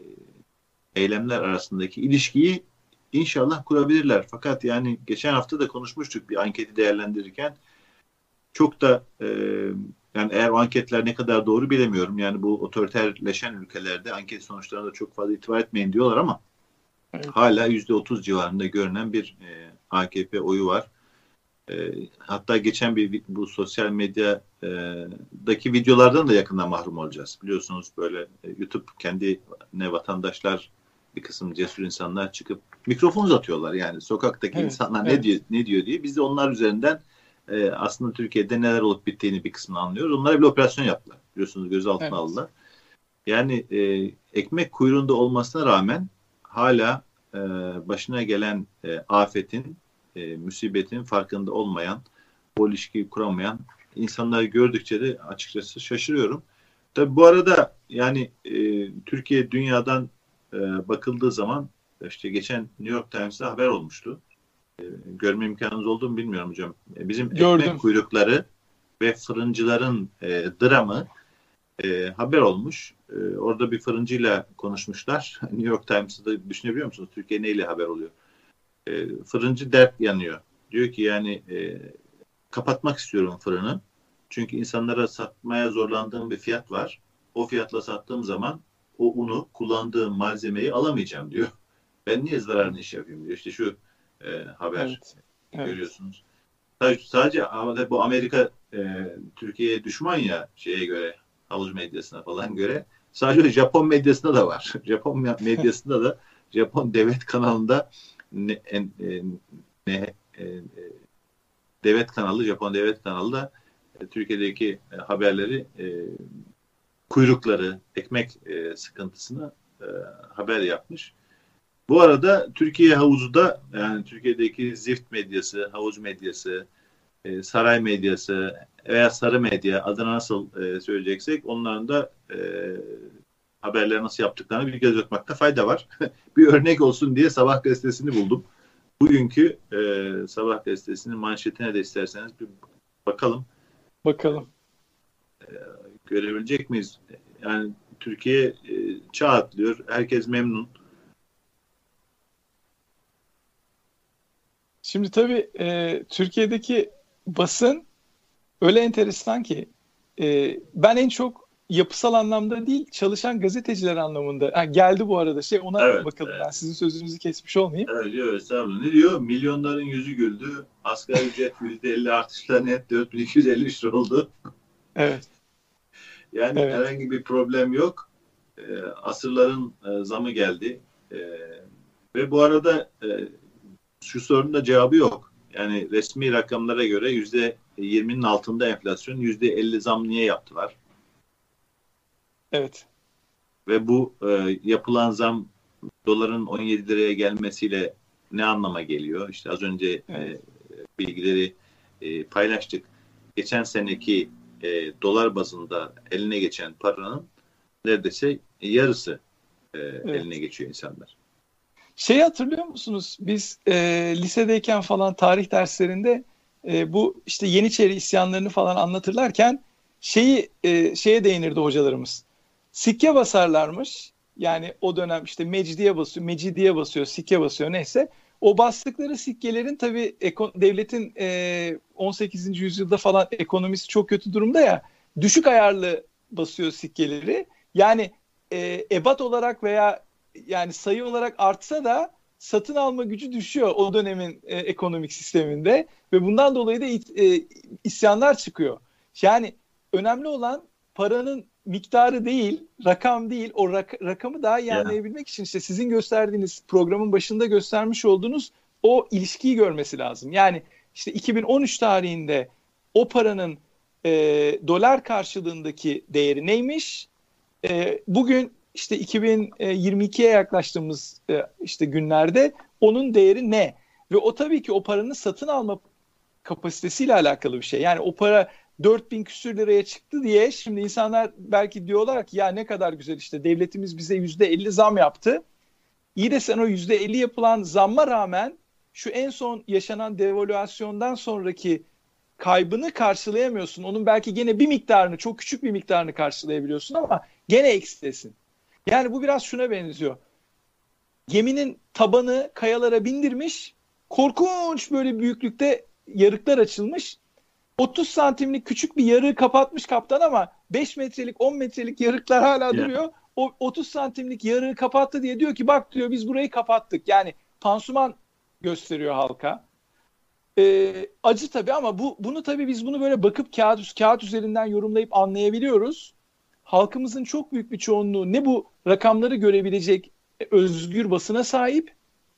eylemler arasındaki ilişkiyi İnşallah kurabilirler. Fakat yani geçen hafta da konuşmuştuk bir anketi değerlendirirken. Çok da e, yani eğer o anketler ne kadar doğru bilemiyorum. Yani bu otoriterleşen ülkelerde anket sonuçlarına da çok fazla itibar etmeyin diyorlar ama evet. hala yüzde otuz civarında görünen bir e, A K P oyu var. E, hatta geçen bir bu sosyal medyadaki videolardan da yakından mahrum olacağız. Biliyorsunuz böyle e, YouTube kendine vatandaşlar, bir kısım cesur insanlar çıkıp mikrofon uzatıyorlar. Yani sokaktaki evet, insanlar evet. ne diyor ne diyor diye. Biz de onlar üzerinden e, aslında Türkiye'de neler olup bittiğini bir kısmını anlıyoruz. Onlara bir operasyon yaptılar. Biliyorsunuz gözaltına evet. aldılar. Yani e, ekmek kuyruğunda olmasına rağmen hala e, başına gelen e, afetin, e, musibetin farkında olmayan, o ilişkiyi kuramayan insanları gördükçe de açıkçası şaşırıyorum. Tabii bu arada yani e, Türkiye dünyadan e, bakıldığı zaman işte geçen New York Times'da haber olmuştu. E, görme imkanınız oldu mu bilmiyorum hocam. E, bizim Gördüm. ekmek kuyrukları ve fırıncıların e, dramı e, haber olmuş. E, orada bir fırıncıyla konuşmuşlar. New York Times'da düşünebiliyor musunuz? Türkiye neyle haber oluyor? E, fırıncı dert yanıyor. Diyor ki yani e, kapatmak istiyorum fırını. Çünkü insanlara satmaya zorlandığım bir fiyat var. O fiyatla sattığım zaman o unu, kullandığım malzemeyi alamayacağım diyor. Ben niye zararını iş yapayım diyor. İşte şu e, haber Evet. Evet. görüyorsunuz. Sadece, sadece ama bu Amerika e, Türkiye'ye düşman ya şeye göre, havuz medyasına falan göre. Sadece Japon medyasında da var. Japon medyasında da Japon devlet kanalında ne, en, e, ne e, devlet kanalı, Japon devlet kanalı da e, Türkiye'deki e, haberleri e, kuyrukları, ekmek e, sıkıntısını e, haber yapmış. Bu arada Türkiye havuzu da yani Türkiye'deki zift medyası, havuz medyası, e, saray medyası veya sarı medya adına nasıl e, söyleyeceksek onların da e, haberleri nasıl yaptıklarını bir göz atmakta fayda var. Bir örnek olsun diye Sabah gazetesini buldum. Bugünkü e, Sabah gazetesinin manşetine de isterseniz bir bakalım. Bakalım. E, görebilecek miyiz? Yani Türkiye e, çağ atlıyor. Herkes memnun. Şimdi tabii e, Türkiye'deki basın öyle enteresan ki e, ben en çok yapısal anlamda değil çalışan gazeteciler anlamında. Ha, geldi bu arada şey ona Evet, bakalım evet. Ben sizin sözünüzü kesmiş olmayayım. Evet, diyor, estağfurullah. Ne diyor? Milyonların yüzü güldü. Asgari ücret yüzde elli artışla net dört bin iki yüz elli üç lira oldu. Evet. Yani Evet. herhangi bir problem yok. E, asırların e, zamı geldi. E, ve bu arada e, şu sorunun da cevabı yok. Yani resmi rakamlara göre yüzde yirminin altında enflasyon, yüzde elli zam niye yaptılar? Evet. Ve bu e, yapılan zam doların on yedi liraya gelmesiyle ne anlama geliyor? İşte az önce evet. e, bilgileri e, paylaştık. Geçen seneki e, dolar bazında eline geçen paranın neredeyse yarısı e, evet. eline geçiyor insanlar. Şeyi hatırlıyor musunuz? Biz e, lisedeyken falan tarih derslerinde e, bu işte Yeniçeri isyanlarını falan anlatırlarken şeyi e, şeye değinirdi hocalarımız. Sikke basarlarmış. Yani o dönem işte Mecidiye basıyor, Mecidiye basıyor, sikke basıyor neyse. O bastıkları sikkelerin tabii eko- devletin e, on sekizinci yüzyılda falan ekonomisi çok kötü durumda ya. Düşük ayarlı basıyor sikkeleri. Yani e, ebat olarak veya yani sayı olarak artsa da satın alma gücü düşüyor o dönemin e, ekonomik sisteminde ve bundan dolayı da it, e, isyanlar çıkıyor. Yani önemli olan paranın miktarı değil, rakam değil. O rak- rakamı daha iyi yeah. anlayabilmek için işte sizin gösterdiğiniz programın başında göstermiş olduğunuz o ilişkiyi görmesi lazım. Yani işte iki bin on üç tarihinde o paranın e, dolar karşılığındaki değeri neymiş? E, bugün işte iki bin yirmi ikiye yaklaştığımız e, işte günlerde onun değeri ne? Ve o tabii ki o paranın satın alma kapasitesiyle alakalı bir şey. Yani o para dört bin küsür liraya çıktı diye şimdi insanlar belki diyorlar ki ya ne kadar güzel işte devletimiz bize yüzde elli zam yaptı. İyi de sen o yüzde elli yapılan zamma rağmen şu en son yaşanan devalüasyondan sonraki kaybını karşılayamıyorsun. Onun belki gene bir miktarını, çok küçük bir miktarını karşılayabiliyorsun ama gene eksidesin. Yani bu biraz şuna benziyor. Geminin tabanı kayalara bindirmiş, korkunç böyle büyüklükte yarıklar açılmış. otuz santimlik küçük bir yarığı kapatmış kaptan ama beş metrelik on metrelik yarıklar hala yeah. duruyor. O otuz santimlik yarığı kapattı diye diyor ki bak diyor biz burayı kapattık. Yani pansuman gösteriyor halka. Ee, acı tabii ama bu bunu tabii biz bunu böyle bakıp kağıt, kağıt üzerinden yorumlayıp anlayabiliyoruz. Halkımızın çok büyük bir çoğunluğu ne bu rakamları görebilecek özgür basına sahip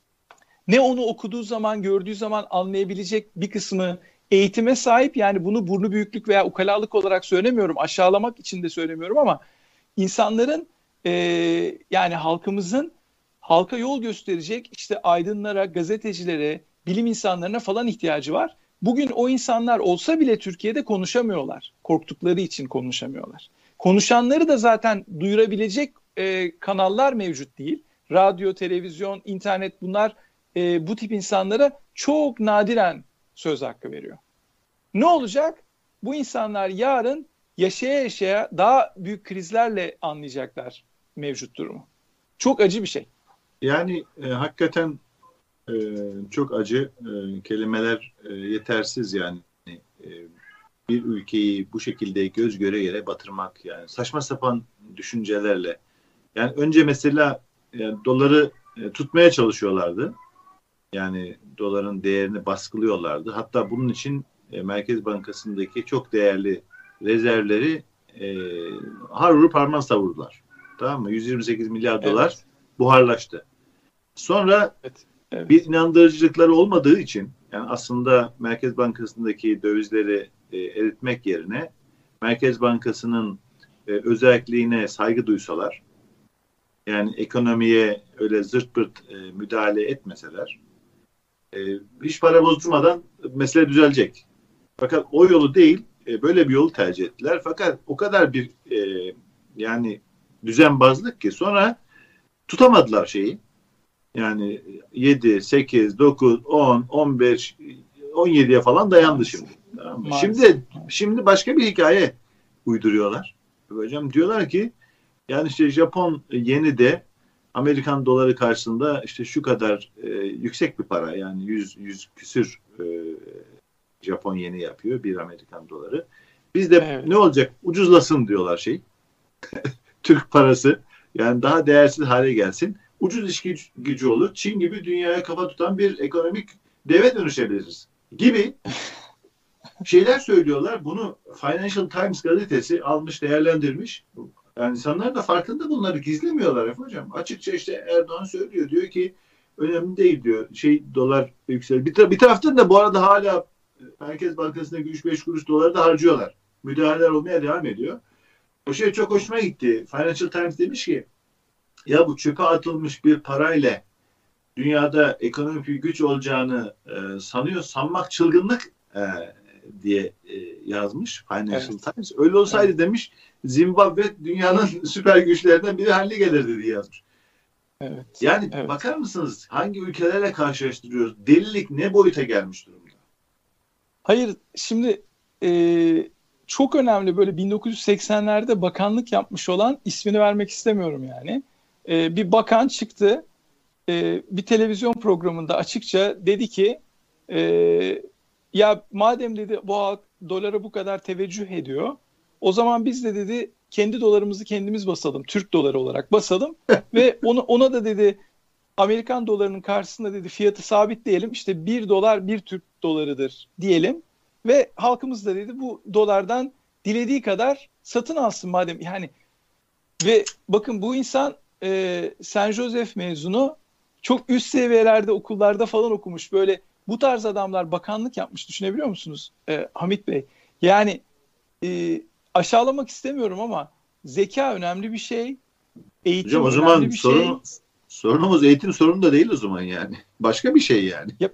ne onu okuduğu zaman gördüğü zaman anlayabilecek bir kısmı eğitime sahip. Yani bunu burnu büyüklük veya ukalalık olarak söylemiyorum, aşağılamak için de söylemiyorum ama insanların e, yani halkımızın halka yol gösterecek işte aydınlara, gazetecilere, bilim insanlarına falan ihtiyacı var. Bugün o insanlar olsa bile Türkiye'de konuşamıyorlar. Korktukları için konuşamıyorlar. Konuşanları da zaten duyurabilecek e, kanallar mevcut değil. Radyo, televizyon, internet bunlar e, bu tip insanlara çok nadiren söz hakkı veriyor. Ne olacak? Bu insanlar yarın yaşaya yaşaya daha büyük krizlerle anlayacaklar mevcut durumu. Çok acı bir şey. Yani e, hakikaten e, çok acı e, kelimeler e, yetersiz yani. E, bir ülkeyi bu şekilde göz göre göre batırmak, yani saçma sapan düşüncelerle. Yani önce mesela yani doları e, tutmaya çalışıyorlardı. Yani doların değerini baskılıyorlardı. Hatta bunun için e, Merkez Bankası'ndaki çok değerli rezervleri e, har vurup harman savurdular. Tamam mı? yüz yirmi sekiz milyar dolar Evet. buharlaştı. Sonra Evet. Evet. bir inandırıcılıkları olmadığı için, yani aslında Merkez Bankası'ndaki dövizleri e, eritmek yerine Merkez Bankası'nın e, özelliğine saygı duysalar, yani ekonomiye öyle zırt pırt e, müdahale etmeseler, e, hiç para bozdurmadan mesele düzelecek. Fakat o yolu değil, e, böyle bir yolu tercih ettiler. Fakat o kadar bir e, yani düzenbazlık ki sonra tutamadılar şeyi. Yani yedi, sekiz, dokuz, on, on beş, on yediye falan dayandı Maalesef. şimdi. Tamam mı? Maalesef. Şimdi şimdi başka bir hikaye uyduruyorlar. Hocam diyorlar ki yani işte Japon yeni de Amerikan doları karşısında işte şu kadar e, yüksek bir para, yani yüz yüz küsür e, Japon yeni yapıyor bir Amerikan doları. Biz de Evet. ne olacak? Ucuzlasın diyorlar şey. Türk parası yani daha değersiz hale gelsin. Ucuz iş gücü, gücü olur. Çin gibi dünyaya kafa tutan bir ekonomik deve dönüşebiliriz gibi şeyler söylüyorlar. Bunu Financial Times gazetesi almış, değerlendirmiş. Yani insanlar da farkında, bunları gizlemiyorlar Efe hocam. Açıkça işte Erdoğan söylüyor. Diyor ki önemli değil diyor. Şey, dolar yükseliyor. Bir, tar- bir taraftan da bu arada hala Merkez Bankası'ndaki üç beş kuruş doları da harcıyorlar. Müdahaleler olmaya devam ediyor. O şey çok hoşuma gitti. Financial Times demiş ki ya bu çöpe atılmış bir parayla dünyada ekonomik bir güç olacağını e, sanıyor, sanmak çılgınlık e, diye e, yazmış Financial Evet. Times. Öyle olsaydı Evet. demiş Zimbabwe dünyanın süper güçlerinden biri haline gelirdi diye yazmış. Evet. Yani Evet. bakar mısınız hangi ülkelerle karşılaştırıyoruz? Delilik ne boyuta gelmiş durumda? Hayır, şimdi e, çok önemli, böyle bin dokuz yüz seksenlerde bakanlık yapmış olan, ismini vermek istemiyorum yani. E, bir bakan çıktı, e, bir televizyon programında açıkça dedi ki e, ya madem dedi bu halk dolara bu kadar teveccüh ediyor, o zaman biz de dedi kendi dolarımızı kendimiz basalım, Türk doları olarak basalım ve onu ona da dedi Amerikan dolarının karşısında dedi fiyatı sabitleyelim. İşte bir dolar bir Türk dolarıdır diyelim. Ve halkımız da dedi bu dolardan dilediği kadar satın alsın madem. Yani ve bakın bu insan e, Saint Joseph mezunu, çok üst seviyelerde okullarda falan okumuş. Böyle bu tarz adamlar bakanlık yapmış, düşünebiliyor musunuz e, Hamit Bey? Yani e, aşağılamak istemiyorum ama zeka önemli bir şey. Hocam Eğitim o önemli zaman bir şey. sorun, sorunumuz eğitim sorunu da değil o zaman yani. Başka bir şey yani. Ya,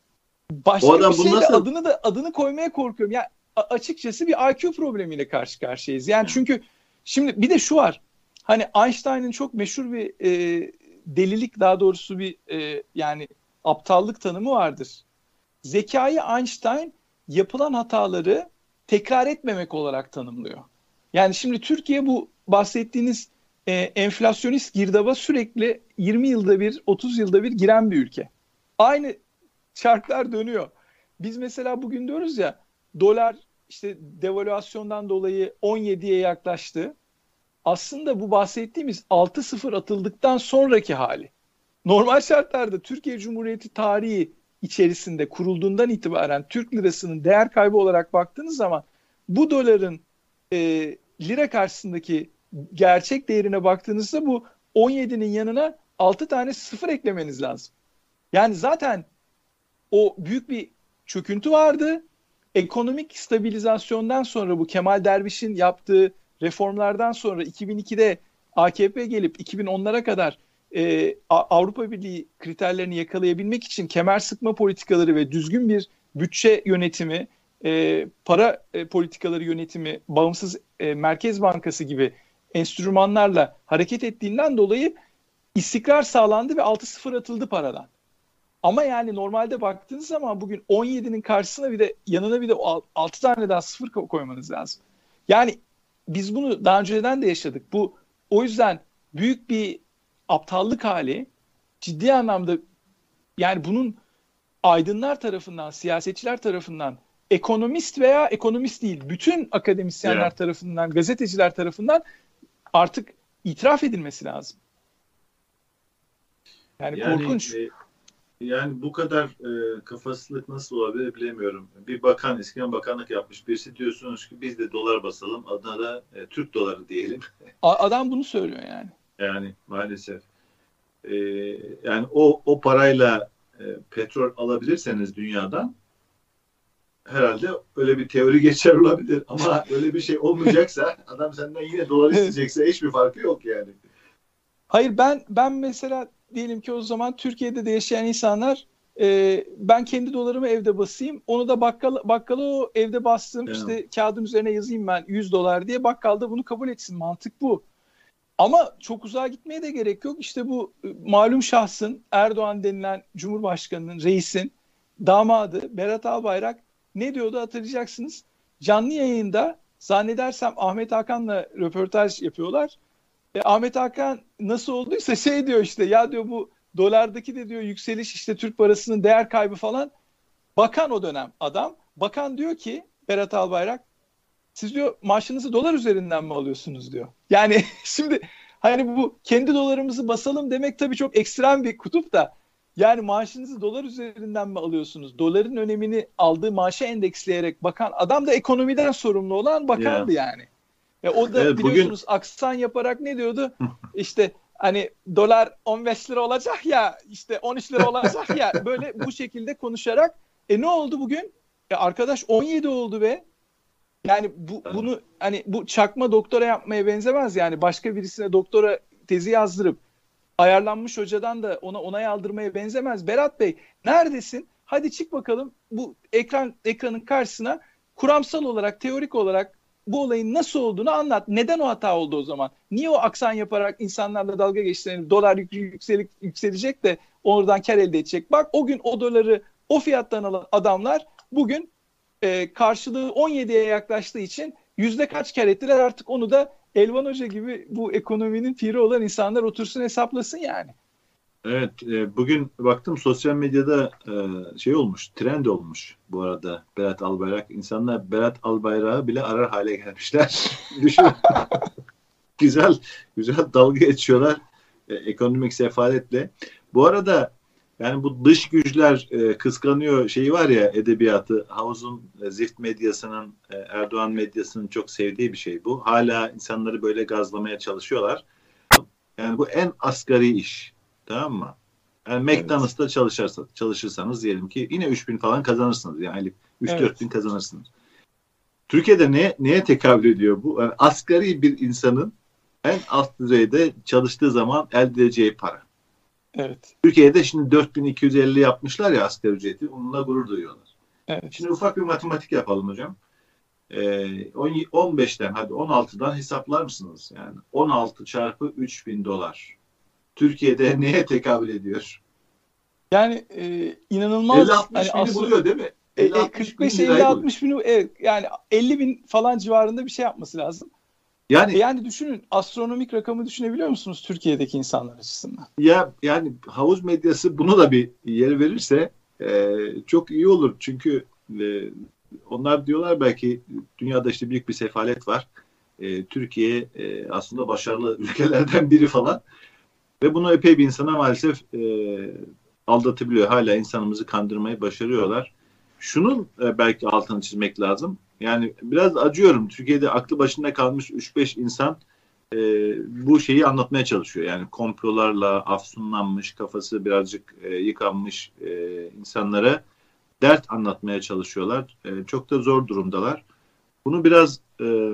O başka bir adam bunu şey de nasıl... adını da adını koymaya korkuyorum. Ya a- açıkçası bir I Q problemiyle karşı karşıyayız. Yani çünkü şimdi bir de şu var. Hani Einstein'ın çok meşhur bir e, delilik, daha doğrusu bir e, yani aptallık tanımı vardır. Zekayı Einstein yapılan hataları tekrar etmemek olarak tanımlıyor. Yani şimdi Türkiye bu bahsettiğiniz e, enflasyonist girdaba sürekli yirmi yılda bir, otuz yılda bir giren bir ülke. Aynı çarklar dönüyor. Biz mesela bugün diyoruz ya, dolar işte devalüasyondan dolayı on yediye yaklaştı. Aslında bu bahsettiğimiz altı sıfır atıldıktan sonraki hali. Normal şartlarda Türkiye Cumhuriyeti tarihi içerisinde kurulduğundan itibaren Türk lirasının değer kaybı olarak baktığınız zaman bu doların e, lira karşısındaki gerçek değerine baktığınızda bu on yedinin yanına altı tane sıfır eklemeniz lazım. Yani zaten o büyük bir çöküntü vardı. Ekonomik stabilizasyondan sonra, bu Kemal Derviş'in yaptığı reformlardan sonra iki bin ikide A K P gelip iki bin onlara kadar e, Avrupa Birliği kriterlerini yakalayabilmek için kemer sıkma politikaları ve düzgün bir bütçe yönetimi, e, para e, politikaları yönetimi, bağımsız e, Merkez Bankası gibi enstrümanlarla hareket ettiğinden dolayı istikrar sağlandı ve altı sıfır atıldı paradan. Ama yani normalde baktığınız zaman bugün on yedinin karşısına bir de yanına bir de altı tane daha sıfır koymanız lazım. Yani biz bunu daha önceden de yaşadık. Bu o yüzden büyük bir aptallık hali, ciddi anlamda yani bunun aydınlar tarafından, siyasetçiler tarafından ekonomist veya ekonomist değil, bütün akademisyenler Yeah. tarafından, gazeteciler tarafından artık itiraf edilmesi lazım. Yani, Yani korkunç. e, yani bu kadar e, kafasızlık nasıl olabilir bilemiyorum. Bir bakan, eskiden bakanlık yapmış birisi, diyorsunuz ki biz de dolar basalım, adına da e, Türk doları diyelim. A- Adam bunu söylüyor yani. Yani maalesef. E, yani o o parayla e, petrol alabilirseniz dünyadan, herhalde öyle bir teori geçer olabilir. Ama öyle bir şey olmayacaksa, adam senden yine dolar isteyecekse hiçbir farkı yok yani. Hayır, ben ben mesela diyelim ki o zaman Türkiye'de de yaşayan insanlar, e, ben kendi dolarımı evde basayım, onu da bakkal, bakkala o evde bastığım Evet. işte kağıdın üzerine yazayım ben yüz dolar diye, bakkal da bunu kabul etsin, mantık bu. Ama çok uzağa gitmeye de gerek yok. İşte bu e, malum şahsın, Erdoğan denilen Cumhurbaşkanı'nın, reisin damadı Berat Albayrak ne diyordu hatırlayacaksınız. Canlı yayında zannedersem Ahmet Hakan'la röportaj yapıyorlar. E, Ahmet Hakan nasıl olduysa şey diyor, işte ya diyor, bu dolardaki de diyor yükseliş, işte Türk parasının değer kaybı falan. Bakan o dönem adam. Bakan diyor ki Berat Albayrak, siz diyor maaşınızı dolar üzerinden mi alıyorsunuz diyor. Yani şimdi hani bu kendi dolarımızı basalım demek tabii çok ekstrem bir kutup da, yani maaşınızı dolar üzerinden mi alıyorsunuz? Doların önemini aldığı maaşa endeksleyerek bakan adam da ekonomiden sorumlu olan bakandı Ya. yani. E o da Evet, biliyorsunuz bugün aksan yaparak ne diyordu? İşte hani dolar on beş lira olacak ya, işte on üç lira olacak ya, böyle bu şekilde konuşarak, e ne oldu bugün? E arkadaş on yedi oldu be. Yani bu, bunu hani bu çakma doktora yapmaya benzemez yani, başka birisine doktora tezi yazdırıp ayarlanmış hocadan da ona onay aldırmaya benzemez. Berat Bey neredesin? Hadi çık bakalım bu ekran ekranın karşısına, kuramsal olarak, teorik olarak bu olayın nasıl olduğunu anlat. Neden o hata oldu o zaman? Niye o aksan yaparak insanlarla dalga geçtiğini, dolar yükselik, yükselecek de oradan kar elde edecek. Bak o gün o doları o fiyattan alan adamlar bugün e, karşılığı on yediye yaklaştığı için yüzde kaç kar ettiler, artık onu da Elvan Hoca gibi bu ekonominin piri olan insanlar otursun hesaplasın yani. evet, e, bugün baktım sosyal medyada e, şey olmuş, trend olmuş bu arada Berat Albayrak. İnsanlar Berat Albayrak'ı bile arar hale gelmişler. Düşün. Güzel, güzel dalga geçiyorlar e, ekonomik sefaletle. Bu arada yani bu dış güçler e, kıskanıyor şeyi var ya, edebiyatı. Havuz'un, e, Zift medyasının, e, Erdoğan medyasının çok sevdiği bir şey bu. Hala insanları böyle gazlamaya çalışıyorlar. Yani bu en asgari iş. Tamam mı? Yani McDonald's'ta çalışırsa, çalışırsanız diyelim ki yine üç bin falan kazanırsınız. Yani üç dört Evet. bin kazanırsınız. Türkiye'de ne, neye tekabül ediyor bu? Yani asgari bir insanın en alt düzeyde çalıştığı zaman elde edeceği para. Evet. Türkiye'de şimdi dört bin iki yüz elli yapmışlar ya asgari ücreti. Onunla gurur duyuyorlar. Evet. Şimdi ufak bir matematik yapalım hocam. Ee, on beşten hadi on altıdan hesaplar mısınız? Yani on altı çarpı üç bin dolar. Türkiye'de neye tekabül ediyor? Yani e, inanılmaz elli altmış hani bini aslı, buluyor değil mi? e, elli e, altmış bin kırk beş lirayı elli buluyor. altmış bin, evet, yani elli bin falan civarında bir şey yapması lazım. E Yani yani düşünün, astronomik rakamı düşünebiliyor musunuz Türkiye'deki insanlar açısından? ya yani havuz medyası bunu da bir yer verirse e, çok iyi olur. Çünkü e, onlar diyorlar belki dünyada işte büyük bir sefalet var. E, Türkiye e, aslında başarılı ülkelerden biri falan. Ve bunu epey bir insana maalesef e, aldatabiliyor. Hala insanımızı kandırmayı başarıyorlar. Şunun e, belki altını çizmek lazım. Yani biraz acıyorum. Türkiye'de aklı başında kalmış üç beş insan e, bu şeyi anlatmaya çalışıyor. Yani komplolarla afsunlanmış, kafası birazcık e, yıkanmış e, insanlara dert anlatmaya çalışıyorlar. E, çok da zor durumdalar. Bunu biraz e,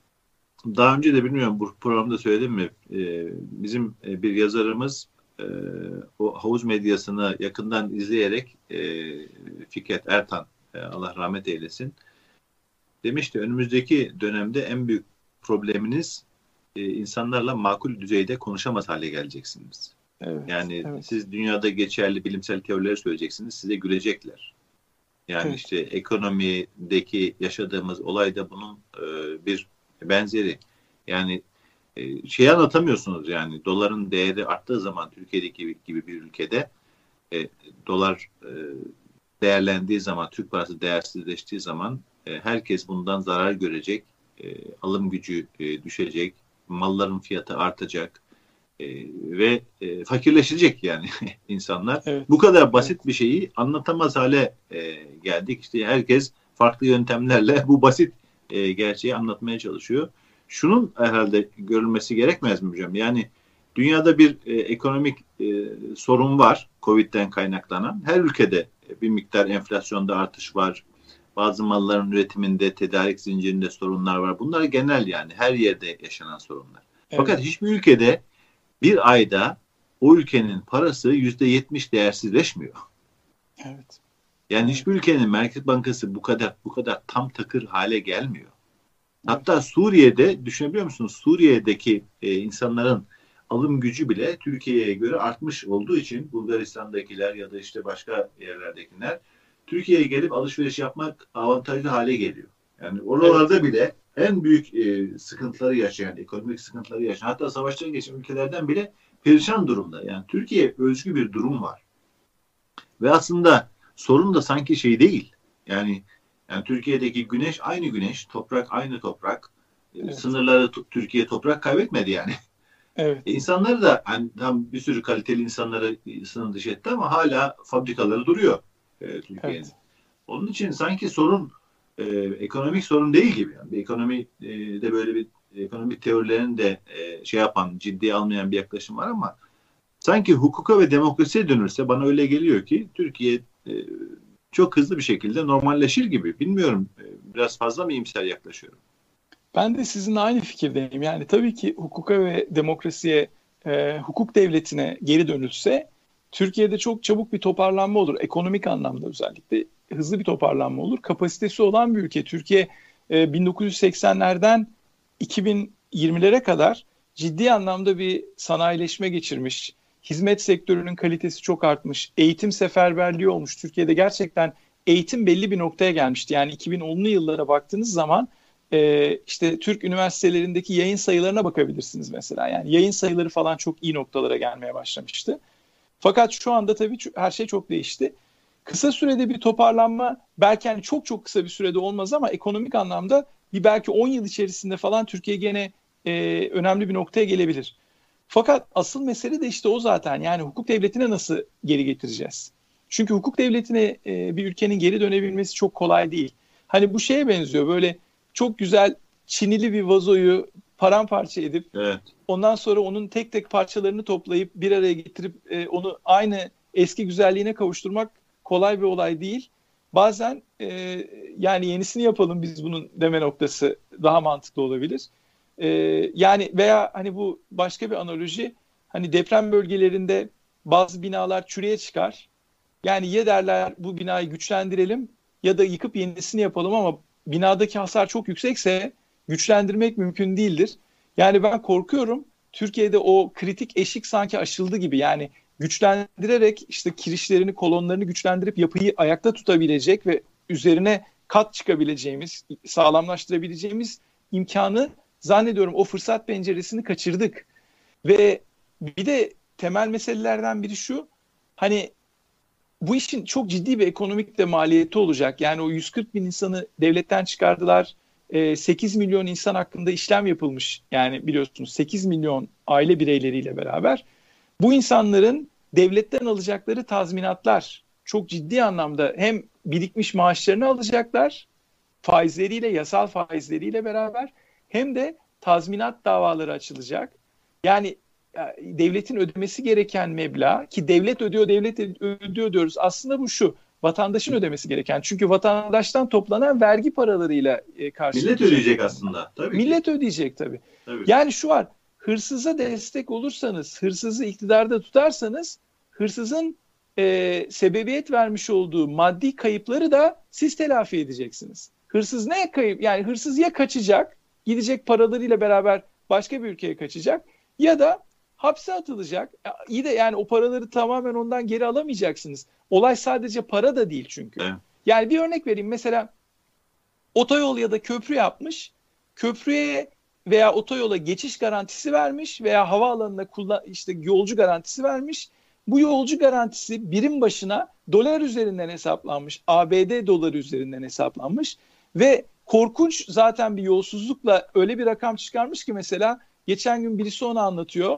daha önce de bilmiyorum bu programda söyledim mi? E, bizim e, bir yazarımız e, o havuz medyasını yakından izleyerek e, Fikret Ertan, e, Allah rahmet eylesin, demişti önümüzdeki dönemde en büyük probleminiz e, insanlarla makul düzeyde konuşamaz hale geleceksiniz. Evet, Yani evet. siz dünyada geçerli bilimsel teorileri söyleyeceksiniz, size gülecekler. Yani Evet. işte ekonomideki yaşadığımız olay da bunun e, bir benzeri. Yani e, şey anlatamıyorsunuz yani doların değeri arttığı zaman Türkiye'deki gibi, gibi bir ülkede e, dolar e, değerlendiği zaman, Türk parası değersizleştiği zaman e, herkes bundan zarar görecek, e, alım gücü e, düşecek, malların fiyatı artacak e, ve e, fakirleşecek yani insanlar. Evet. Bu kadar basit Evet. bir şeyi anlatamaz hale e, geldik. İşte herkes farklı yöntemlerle bu basit e, gerçeği anlatmaya çalışıyor. Şunun herhalde görülmesi gerekmez mi hocam? Yani dünyada bir e, ekonomik e, sorun var, Covid'den kaynaklanan. Her ülkede bir miktar enflasyonda artış var. Bazı malların üretiminde, tedarik zincirinde sorunlar var. Bunlar genel yani her yerde yaşanan sorunlar. Evet. Fakat hiçbir ülkede bir ayda o ülkenin parası yüzde yetmiş değersizleşmiyor. Evet. Yani Evet. hiçbir ülkenin Merkez Bankası bu kadar bu kadar tam takır hale gelmiyor. Hatta Evet. Suriye'de düşünebiliyor musunuz? Suriye'deki e, insanların alım gücü bile Türkiye'ye göre artmış olduğu için Bulgaristan'dakiler ya da işte başka yerlerdekiler Türkiye'ye gelip alışveriş yapmak avantajlı hale geliyor. Yani oralarda Evet. bile en büyük e, sıkıntıları yaşayan, ekonomik sıkıntıları yaşayan, hatta savaştan geçen ülkelerden bile perişan durumda. Yani Türkiye özgü bir durum var. Ve aslında sorun da sanki şey değil. Yani yani Türkiye'deki güneş aynı güneş, toprak aynı toprak. E, Evet. sınırları Türkiye toprak kaybetmedi yani. E, Evet. insanları da hani tam bir sürü kaliteli insanları sınır dışı etti ama hala fabrikaları duruyor e, Türkiye'nin. Evet. Onun için sanki sorun e, ekonomik sorun değil gibi. Yani bir ekonomi e, de böyle bir ekonomik teorilerini de e, şey yapan, ciddiye almayan bir yaklaşım var ama sanki hukuka ve demokrasiye dönülse bana öyle geliyor ki Türkiye e, çok hızlı bir şekilde normalleşir gibi. Bilmiyorum, e, biraz fazla mı iyimser yaklaşıyorum? Ben de sizinle aynı fikirdeyim. Yani tabii ki hukuka ve demokrasiye, e, hukuk devletine geri dönülse Türkiye'de çok çabuk bir toparlanma olur. Ekonomik anlamda özellikle hızlı bir toparlanma olur. Kapasitesi olan bir ülke. Türkiye e, bin dokuz yüz seksenlerden iki bin yirmilere kadar ciddi anlamda bir sanayileşme geçirmiş. Hizmet sektörünün kalitesi çok artmış. Eğitim seferberliği olmuş. Türkiye'de gerçekten eğitim belli bir noktaya gelmişti. Yani iki bin onlu yıllara baktığınız zaman e, işte Türk üniversitelerindeki yayın sayılarına bakabilirsiniz mesela. Yani yayın sayıları falan çok iyi noktalara gelmeye başlamıştı. Fakat şu anda tabii her şey çok değişti. Kısa sürede bir toparlanma belki hani çok çok kısa bir sürede olmaz ama ekonomik anlamda bir belki on yıl içerisinde falan Türkiye gene e, önemli bir noktaya gelebilir. Fakat asıl mesele de işte o zaten. Yani hukuk devletine nasıl geri getireceğiz? Çünkü hukuk devletine e, bir ülkenin geri dönebilmesi çok kolay değil. Hani bu şeye benziyor, böyle çok güzel çinili bir vazoyu paramparça edip Evet. ondan sonra onun tek tek parçalarını toplayıp bir araya getirip e, onu aynı eski güzelliğine kavuşturmak kolay bir olay değil. Bazen e, yani yenisini yapalım biz bunun deme noktası daha mantıklı olabilir. E, yani veya hani bu başka bir analoji, hani deprem bölgelerinde bazı binalar çürüye çıkar. Yani ya derler bu binayı güçlendirelim ya da yıkıp yenisini yapalım ama binadaki hasar çok yüksekse güçlendirmek mümkün değildir. Yani ben korkuyorum Türkiye'de o kritik eşik sanki aşıldı gibi. Yani güçlendirerek işte kirişlerini, kolonlarını güçlendirip yapıyı ayakta tutabilecek ve üzerine kat çıkabileceğimiz, sağlamlaştırabileceğimiz imkanı zannediyorum o fırsat penceresini kaçırdık. Ve bir de temel meselelerden biri şu, hani bu işin çok ciddi bir ekonomik de maliyeti olacak. Yani o yüz kırk bin insanı devletten çıkardılar. sekiz milyon insan hakkında işlem yapılmış. Yani biliyorsunuz sekiz milyon aile bireyleriyle beraber. Bu insanların devletten alacakları tazminatlar çok ciddi anlamda hem birikmiş maaşlarını alacaklar faizleriyle, yasal faizleriyle beraber, hem de tazminat davaları açılacak. Yani devletin ödemesi gereken meblağ, ki devlet ödüyor, devlet ödüyor diyoruz. Aslında bu şu, vatandaşın ödemesi gereken. Çünkü vatandaştan toplanan vergi paralarıyla e, Millet karşılayacak. ödeyecek aslında. Tabii ki. Millet ödeyecek tabii. Tabii. Yani şu var, hırsıza destek olursanız, hırsızı iktidarda tutarsanız, hırsızın e, sebebiyet vermiş olduğu maddi kayıpları da siz telafi edeceksiniz. Hırsız ne kayıp? Yani hırsız ya kaçacak, gidecek paralarıyla beraber başka bir ülkeye kaçacak ya da hapse atılacak. İyi de yani o paraları tamamen ondan geri alamayacaksınız. Olay sadece para da değil çünkü. Evet. Yani bir örnek vereyim. Mesela otoyol ya da köprü yapmış. Köprüye veya otoyola geçiş garantisi vermiş veya havaalanına kullan, işte yolcu garantisi vermiş Bu yolcu garantisi birim başına dolar üzerinden hesaplanmış, A B D doları üzerinden hesaplanmış ve korkunç zaten bir yolsuzlukla öyle bir rakam çıkarmış ki mesela geçen gün birisi onu anlatıyor.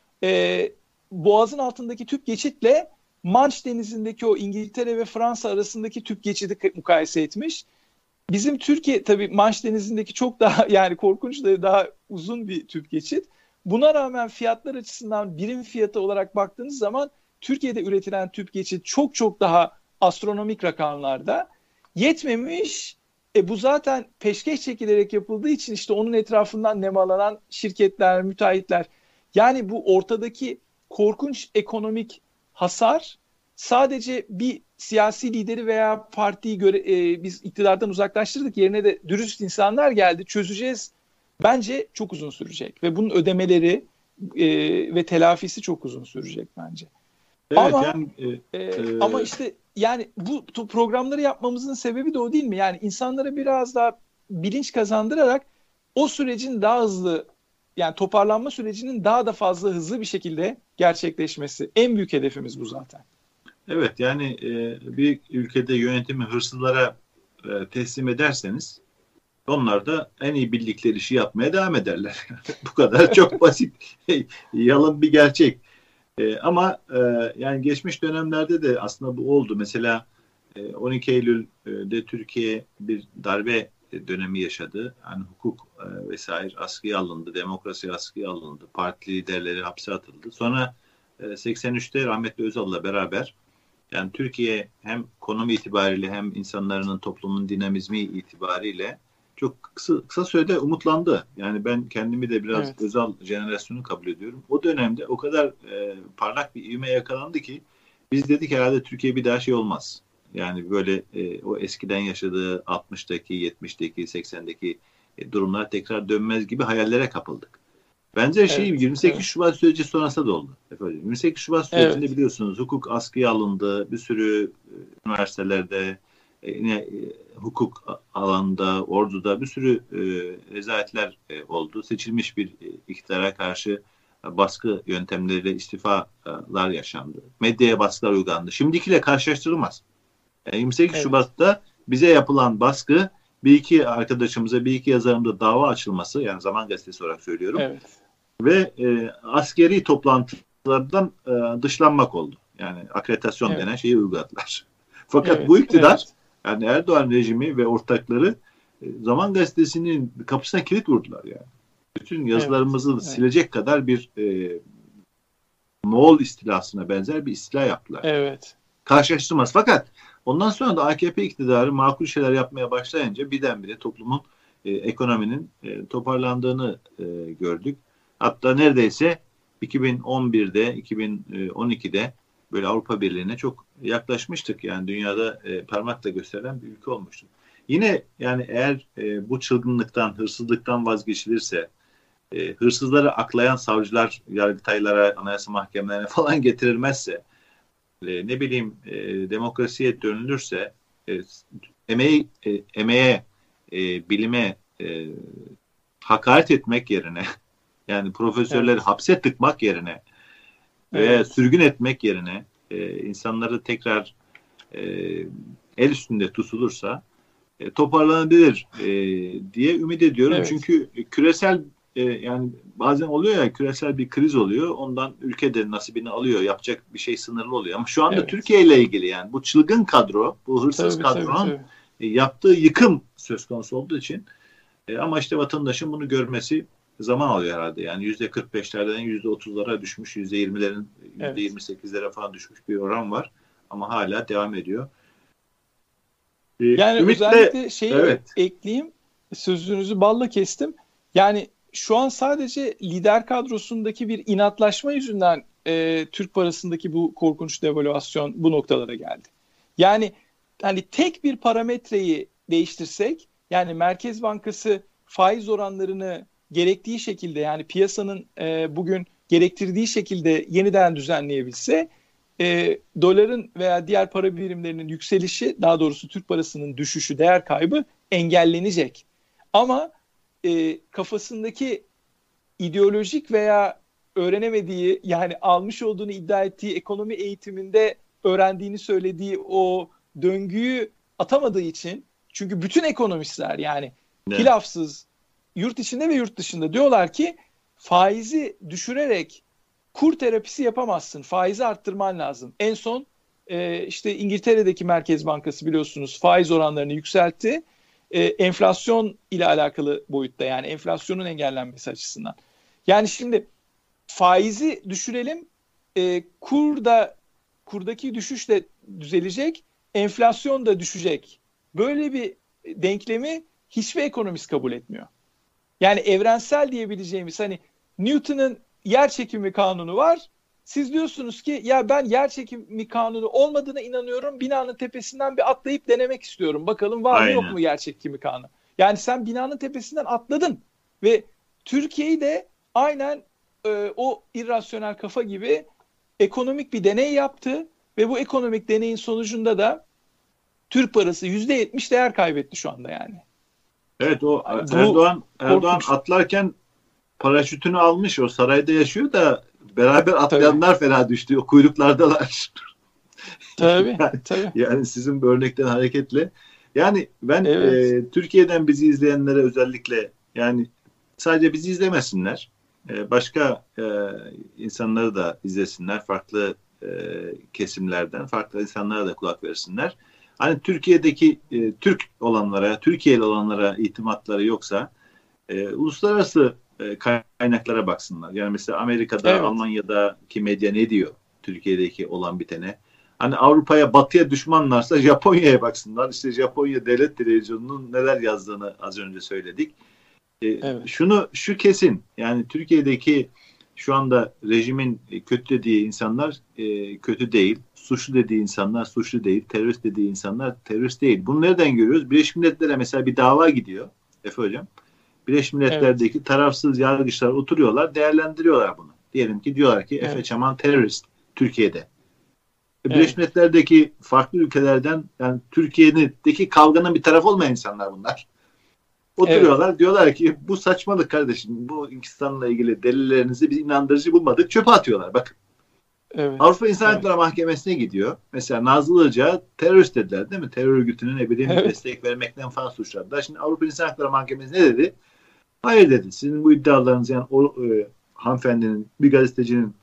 Ee, Boğaz'ın altındaki tüp geçitle Manş Denizi'ndeki o İngiltere ve Fransa arasındaki tüp geçidi mukayese etmiş. Bizim Türkiye tabii Manş Denizi'ndeki çok daha yani korkunç da daha uzun bir tüp geçit. Buna rağmen fiyatlar açısından birim fiyatı olarak baktığınız zaman Türkiye'de üretilen tüp geçit çok çok daha astronomik rakamlarda. Yetmemiş. E bu zaten peşkeş çekilerek yapıldığı için işte onun etrafından nemalanan şirketler, müteahhitler. Yani bu ortadaki korkunç ekonomik hasar sadece bir siyasi lideri veya partiyi göre, e, biz iktidardan uzaklaştırdık. Yerine de dürüst insanlar geldi. Çözeceğiz. Bence çok uzun sürecek. Ve bunun ödemeleri e, ve telafisi çok uzun sürecek bence. Evet, ama yani, e, e, e, ama işte yani bu programları yapmamızın sebebi de o değil mi? Yani insanlara biraz daha bilinç kazandırarak o sürecin daha hızlı, yani toparlanma sürecinin daha da fazla hızlı bir şekilde gerçekleşmesi. En büyük hedefimiz bu zaten. Evet, yani e, bir ülkede yönetimi hırsızlara e, teslim ederseniz onlar da en iyi bildikleri işi yapmaya devam ederler. Bu kadar çok basit, yalın bir gerçek. E, ama e, yani geçmiş dönemlerde de aslında bu oldu. Mesela e, on iki Eylül'de Türkiye bir darbe dönemi yaşadı. Yani hukuk e, vesaire askıya alındı, demokrasi askıya alındı, parti liderleri hapse atıldı. Sonra e, seksen üçte rahmetli Özal'la beraber yani Türkiye hem konum itibariyle hem insanların, toplumun dinamizmi itibariyle çok kısa, kısa sürede umutlandı. Yani ben kendimi de biraz Evet. Özal jenerasyonu kabul ediyorum. O dönemde o kadar e, parlak bir ivme yakalandı ki biz dedik herhalde Türkiye bir daha şey olmaz. Yani böyle e, o eskiden yaşadığı altmıştaki, yetmişteki, seksendeki e, durumlar tekrar dönmez gibi hayallere kapıldık. Benzer şey Evet, yirmi sekiz evet. Şubat süreci sonrasında da oldu. Efendim, yirmi sekiz Şubat sürecinde Evet. biliyorsunuz hukuk askıya alındı. Bir sürü e, üniversitelerde e, yine e, hukuk alanında, orduda bir sürü e, rezaletler e, oldu. Seçilmiş bir e, iktidara karşı e, baskı yöntemleriyle istifalar yaşandı. Medyaya baskılar uygulandı. Şimdikiyle karşılaştırılmaz. Yani yirmi sekiz Evet. Şubat'ta bize yapılan baskı, bir iki arkadaşımıza, bir iki yazarımda dava açılması, yani Zaman Gazetesi olarak söylüyorum. Evet. Ve e, askeri toplantılardan e, dışlanmak oldu. Yani akreditasyon Evet. denen şeyi uyguladılar. Fakat Evet. bu iktidar, Evet. yani Erdoğan rejimi ve ortakları e, Zaman Gazetesi'nin kapısına kilit vurdular yani. Bütün yazılarımızı Evet. silecek kadar bir e, Moğol istilasına benzer bir istila yaptılar. Evet. Karşılaştırmaz. Fakat ondan sonra da A K P iktidarı makul şeyler yapmaya başlayınca birdenbire toplumun, e, ekonominin e, toparlandığını e, gördük. Hatta neredeyse iki bin on birde, iki bin on ikide böyle Avrupa Birliği'ne çok yaklaşmıştık. Yani dünyada e, parmakla gösterilen bir ülke olmuştu. Yine yani eğer e, bu çılgınlıktan, hırsızlıktan vazgeçilirse, e, hırsızları aklayan savcılar yargıtaylara, anayasa mahkemelerine falan getirilmezse, e, ne bileyim e, demokrasiye dönülürse, e, emeği, e, emeğe, e, bilime e, hakaret etmek yerine yani profesörleri Evet. hapse tıkmak yerine ve Evet. sürgün etmek yerine e, insanları tekrar e, el üstünde tutulursa e, toparlanabilir e, diye ümit ediyorum. Evet. Çünkü küresel e, yani bazen oluyor ya, küresel bir kriz oluyor. Ondan ülke de nasibini alıyor. Yapacak bir şey sınırlı oluyor. Ama şu anda Evet. Türkiye ile ilgili yani bu çılgın kadro, bu hırsız Tabii, tabii, kadronun tabii. e, yaptığı yıkım söz konusu olduğu için e, ama işte vatandaşın bunu görmesi zaman alıyor herhalde. Yani yüzde kırk beşlerden yüzde otuzlara düşmüş, yüzde yirmilerin yüzde yirmi sekizlere falan düşmüş bir oran var. Ama hala devam ediyor. E, Yani ümitle, özellikle şeyi evet. ekleyeyim. Sözünüzü balla kestim. Yani şu an sadece lider kadrosundaki bir inatlaşma yüzünden e, Türk parasındaki bu korkunç devalüasyon bu noktalara geldi. Yani hani tek bir parametreyi değiştirsek, yani Merkez Bankası faiz oranlarını gerektiği şekilde, yani piyasanın e, bugün gerektirdiği şekilde yeniden düzenleyebilse, e, doların veya diğer para birimlerinin yükselişi, daha doğrusu Türk parasının düşüşü, değer kaybı engellenecek. Ama e, kafasındaki ideolojik veya öğrenemediği, yani almış olduğunu iddia ettiği ekonomi eğitiminde öğrendiğini söylediği o döngüyü atamadığı için, çünkü bütün ekonomistler yani Ne? hilafsız yurt içinde ve yurt dışında diyorlar ki faizi düşürerek kur terapisi yapamazsın. Faizi arttırman lazım. En son e, işte İngiltere'deki Merkez Bankası biliyorsunuz faiz oranlarını yükseltti. E, enflasyon ile alakalı boyutta, yani enflasyonun engellenmesi açısından. Yani şimdi faizi düşürelim, e, kur da, kurdaki düşüş de düzelecek, enflasyon da düşecek. Böyle bir denklemi hiçbir ekonomist kabul etmiyor. Yani evrensel diyebileceğimiz, hani Newton'un yer çekimi kanunu var. Siz diyorsunuz ki ya ben yer çekimi kanunu olmadığına inanıyorum. Binanın tepesinden bir atlayıp denemek istiyorum. Bakalım var mı Aynen. yok mu yer çekimi kanunu. Yani sen binanın tepesinden atladın ve Türkiye'yi de aynen e, o irrasyonel kafa gibi ekonomik bir deney yaptı ve bu ekonomik deneyin sonucunda da Türk parası yüzde yetmiş değer kaybetti şu anda yani. Evet, o Yani bu Erdoğan Erdoğan korkunç. atlarken paraşütünü almış, o sarayda yaşıyor da beraber atlayanlar Tabii. fena düştü. O kuyruklardalar. Tabii, yani, tabii. yani sizin bu örnekten hareketle. Yani ben Evet. e, Türkiye'den bizi izleyenlere özellikle, yani sadece bizi izlemesinler. E, başka e, insanları da izlesinler. Farklı e, kesimlerden, farklı insanlara da kulak versinler. Hani Türkiye'deki e, Türk olanlara, Türkiye'li olanlara itimatları yoksa e, uluslararası e, kaynaklara baksınlar. Yani mesela Amerika'da, Evet. Almanya'daki medya ne diyor Türkiye'deki olan bitene? Hani Avrupa'ya, Batı'ya düşmanlarsa Japonya'ya baksınlar. İşte Japonya Devlet Televizyonu'nun neler yazdığını az önce söyledik. E, Evet. şunu şu kesin, yani Türkiye'deki şu anda rejimin kötü dediği insanlar e, kötü değil. Suçlu dediği insanlar suçlu değil. Terörist dediği insanlar terörist değil. Bunu nereden görüyoruz? Birleşmiş Milletler'e mesela bir dava gidiyor Efe Hocam. Birleşmiş Milletler'deki evet. tarafsız yargıçlar oturuyorlar, değerlendiriyorlar bunu. Diyelim ki diyorlar ki Efe evet. Çaman terörist Türkiye'de. Evet. Birleşmiş Milletler'deki farklı ülkelerden, yani Türkiye'deki kavganın bir tarafı olmayan insanlar bunlar. Oturuyorlar, evet. diyorlar ki bu saçmalık kardeşim, bu insanla ilgili delillerinizi biz inandırıcı bulmadık, çöpe atıyorlar. Bakın. Evet. Avrupa İnsan Hakları evet. Mahkemesi'ne gidiyor. Mesela Nazlı Ilıcağı terörist dediler değil mi? Terör örgütünün ne bileyim evet. destek vermekten falan suçladılar. Şimdi Avrupa İnsan Hakları Mahkemesi ne dedi? Hayır dedi. Sizin bu iddialarınız, yani o e, hanımefendinin, bir gazetecinin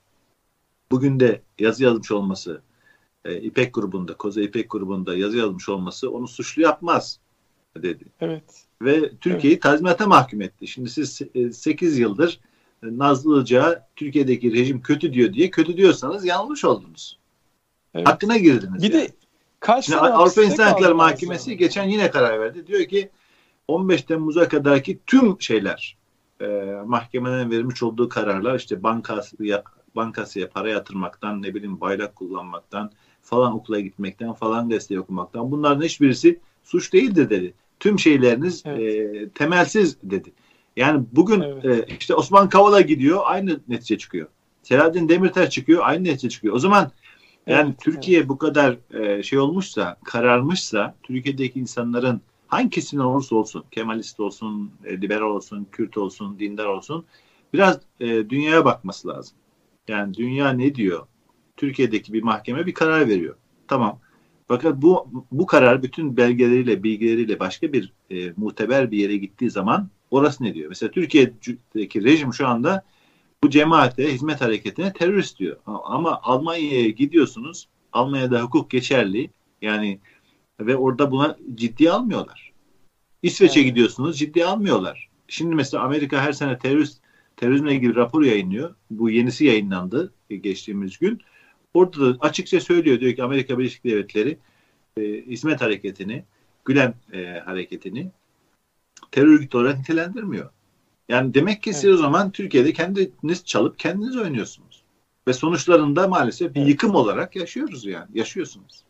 bugün de yazı yazmış olması, e, İpek grubunda, Koza İpek grubunda yazı yazmış olması onu suçlu yapmaz dedi. Evet. Ve Türkiye'yi evet. tazminata mahkum etti. Şimdi siz sekiz yıldır Nazlı Ilıcağı Türkiye'deki rejim kötü diyor diye kötü diyorsanız yanlış oldunuz. Evet. Hakkına girdiniz. Bir yani. de kaç Şimdi Avrupa İnsan Hakları Mahkemesi geçen yine karar verdi. Diyor ki on beş Temmuz'a kadarki tüm şeyler, e, mahkemenin vermiş olduğu kararlar, işte bankasıya, bankasıya para yatırmaktan, ne bileyim bayrak kullanmaktan, falan okula gitmekten, falan desteği okumaktan, bunların hiçbirisi suç değildir dedi. Tüm şeyleriniz evet. e, temelsiz dedi. Yani bugün evet. e, işte Osman Kavala gidiyor, aynı netice çıkıyor. Selahattin Demirtaş çıkıyor, aynı netice çıkıyor. O zaman yani evet, Türkiye evet. bu kadar e, şey olmuşsa, kararmışsa, Türkiye'deki insanların hangi kesimden olursa olsun, Kemalist olsun, e, liberal olsun, Kürt olsun, dindar olsun, biraz e, dünyaya bakması lazım. Yani dünya ne diyor? Türkiye'deki bir mahkeme bir karar veriyor. Tamam. Fakat bu bu karar bütün belgeleriyle, bilgileriyle başka bir e, muteber bir yere gittiği zaman orası ne diyor? Mesela Türkiye'deki rejim şu anda bu cemaate, hizmet hareketine terörist diyor. Ama Almanya'ya gidiyorsunuz, Almanya'da hukuk geçerli. Yani ve orada buna ciddiye almıyorlar. İsveç'e evet. gidiyorsunuz, ciddiye almıyorlar. Şimdi mesela Amerika her sene terörist terörizmle ilgili rapor yayınlıyor. Bu yenisi yayınlandı geçtiğimiz gün. Orada da açıkça söylüyor, diyor ki Amerika Birleşik Devletleri e, hizmet hareketini, Gülen e, hareketini terör örgütü olarak nitelendirmiyor. Yani demek ki siz evet. o zaman Türkiye'de kendiniz çalıp kendiniz oynuyorsunuz. Ve sonuçlarında maalesef bir evet. yıkım olarak yaşıyoruz yani. Yaşıyorsunuz.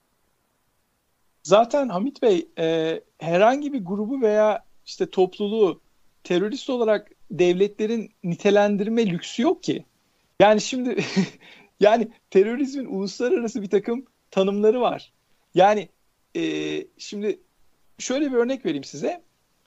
Zaten Hamit Bey e, herhangi bir grubu veya işte topluluğu terörist olarak devletlerin nitelendirme lüksü yok ki. Yani şimdi yani terörizmin uluslararası bir takım tanımları var. Yani e, şimdi şöyle bir örnek vereyim size.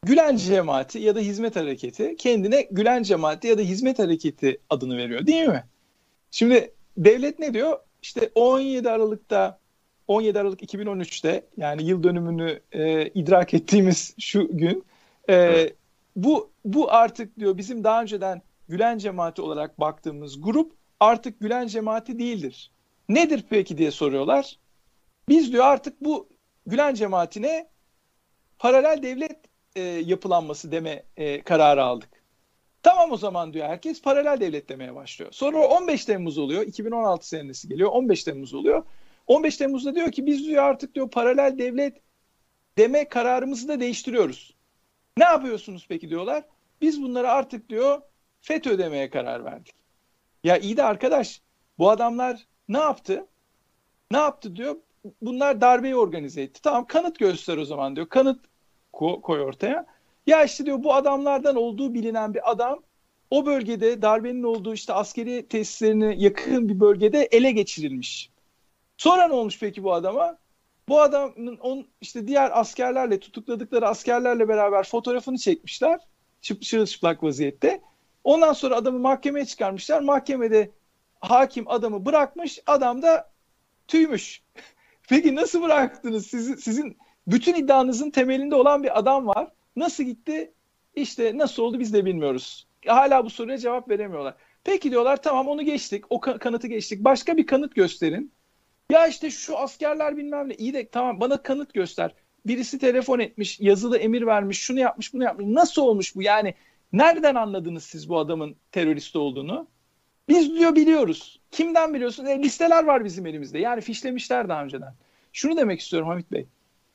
Gülen Cemaati ya da Hizmet Hareketi kendine Gülen Cemaati ya da Hizmet Hareketi adını veriyor değil mi? Şimdi devlet ne diyor? İşte on yedi Aralık'ta on yedi Aralık iki bin on üçte yani yıl dönümünü e, idrak ettiğimiz şu gün e, bu bu artık diyor bizim daha önceden Gülen Cemaati olarak baktığımız grup artık Gülen Cemaati değildir. Nedir peki diye soruyorlar. Biz diyor artık bu Gülen Cemaati'ne paralel devlet e, yapılanması deme e, kararı aldık. Tamam o zaman diyor herkes paralel devlet demeye başlıyor. Sonra on beş Temmuz oluyor. iki bin on altı senesi geliyor. on beş Temmuz oluyor. on beş Temmuz'da diyor ki biz diyor artık diyor paralel devlet deme kararımızı da değiştiriyoruz. Ne yapıyorsunuz peki diyorlar. Biz bunları artık diyor FETÖ demeye karar verdik. Ya iyi de arkadaş bu adamlar ne yaptı? Ne yaptı diyor. Bunlar darbeyi organize etti. Tamam kanıt göster o zaman diyor. Kanıt ko- koy ortaya. Ya işte diyor bu adamlardan olduğu bilinen bir adam o bölgede darbenin olduğu işte askeri tesislerine yakın bir bölgede ele geçirilmiş. Sonra ne olmuş peki bu adama? Bu adamın on, işte diğer askerlerle tutukladıkları askerlerle beraber fotoğrafını çekmişler. Çıp, çırılçıplak vaziyette. Ondan sonra adamı mahkemeye çıkarmışlar. Mahkemede hakim adamı bırakmış. Adam da tüymüş. Peki nasıl bıraktınız? Sizin, sizin bütün iddianızın temelinde olan bir adam var. Nasıl gitti? İşte nasıl oldu biz de bilmiyoruz. Hala bu soruya cevap veremiyorlar. Peki diyorlar tamam onu geçtik. O kanıtı geçtik. Başka bir kanıt gösterin. Ya işte şu askerler bilmem ne. İyi de tamam bana kanıt göster. Birisi telefon etmiş, yazılı emir vermiş, şunu yapmış, bunu yapmış. Nasıl olmuş bu? Yani nereden anladınız siz bu adamın terörist olduğunu? Biz diyor biliyoruz. Kimden biliyorsunuz? E, listeler var bizim elimizde. Yani fişlemişler daha önceden. Şunu demek istiyorum Hamit Bey.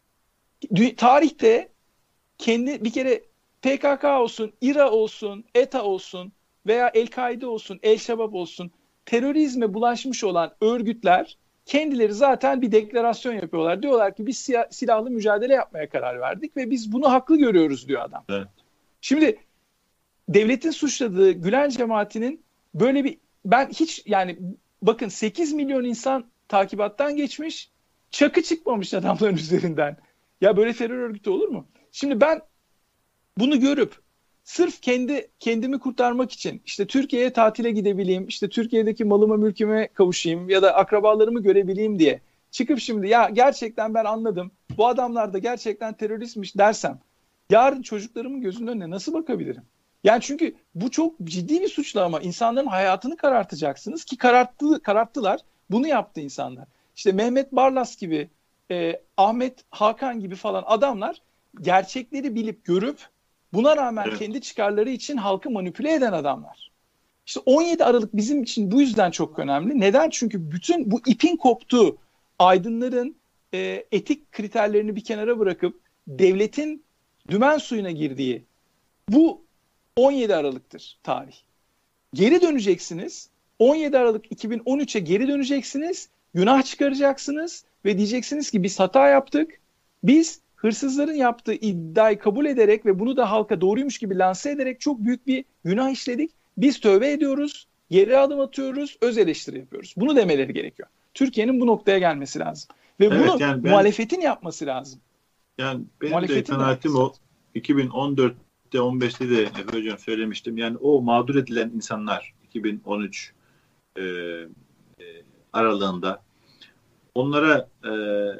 Tarihte kendi bir kere P K K olsun, İRA olsun, E T A olsun veya El-Kaide olsun, El-Şebab olsun terörizme bulaşmış olan örgütler kendileri zaten bir deklarasyon yapıyorlar. Diyorlar ki biz siya- silahlı mücadele yapmaya karar verdik ve biz bunu haklı görüyoruz diyor adam. Evet. Şimdi devletin suçladığı Gülen Cemaati'nin böyle bir ben hiç yani bakın sekiz milyon insan takibattan geçmiş, çakı çıkmamış adamların üzerinden. Ya böyle terör örgütü olur mu? Şimdi ben bunu görüp sırf kendi kendimi kurtarmak için işte Türkiye'ye tatile gidebileyim, işte Türkiye'deki malıma mülküme kavuşayım ya da akrabalarımı görebileyim diye çıkıp şimdi ya gerçekten ben anladım bu adamlar da gerçekten teröristmiş dersem yarın çocuklarımın gözünün önüne nasıl bakabilirim? Yani çünkü bu çok ciddi bir suçlama. İnsanların hayatını karartacaksınız ki kararttı, kararttılar. Bunu yaptı insanlar. İşte Mehmet Barlas gibi, e, Ahmet Hakan gibi falan adamlar gerçekleri bilip görüp buna rağmen evet. kendi çıkarları için halkı manipüle eden adamlar. İşte on yedi Aralık bizim için bu yüzden çok önemli. Neden? Çünkü bütün bu ipin koptuğu aydınların e, etik kriterlerini bir kenara bırakıp devletin dümen suyuna girdiği bu on yedi Aralık'tır tarih. Geri döneceksiniz. on yedi Aralık iki bin on üçe geri döneceksiniz. Günah çıkaracaksınız ve diyeceksiniz ki biz hata yaptık. Biz hırsızların yaptığı iddiayı kabul ederek ve bunu da halka doğruymuş gibi lanse ederek çok büyük bir günah işledik. Biz tövbe ediyoruz, geri adım atıyoruz, öz eleştiri yapıyoruz. Bunu demeleri gerekiyor. Türkiye'nin bu noktaya gelmesi lazım. Ve evet, bunu yani ben, muhalefetin yapması lazım. Yani benim de kanaatim o. iki bin on dörtte on beşte de Efe Hocam söylemiştim. Yani o mağdur edilen insanlar iki bin on üç e, e, aralığında onlara e,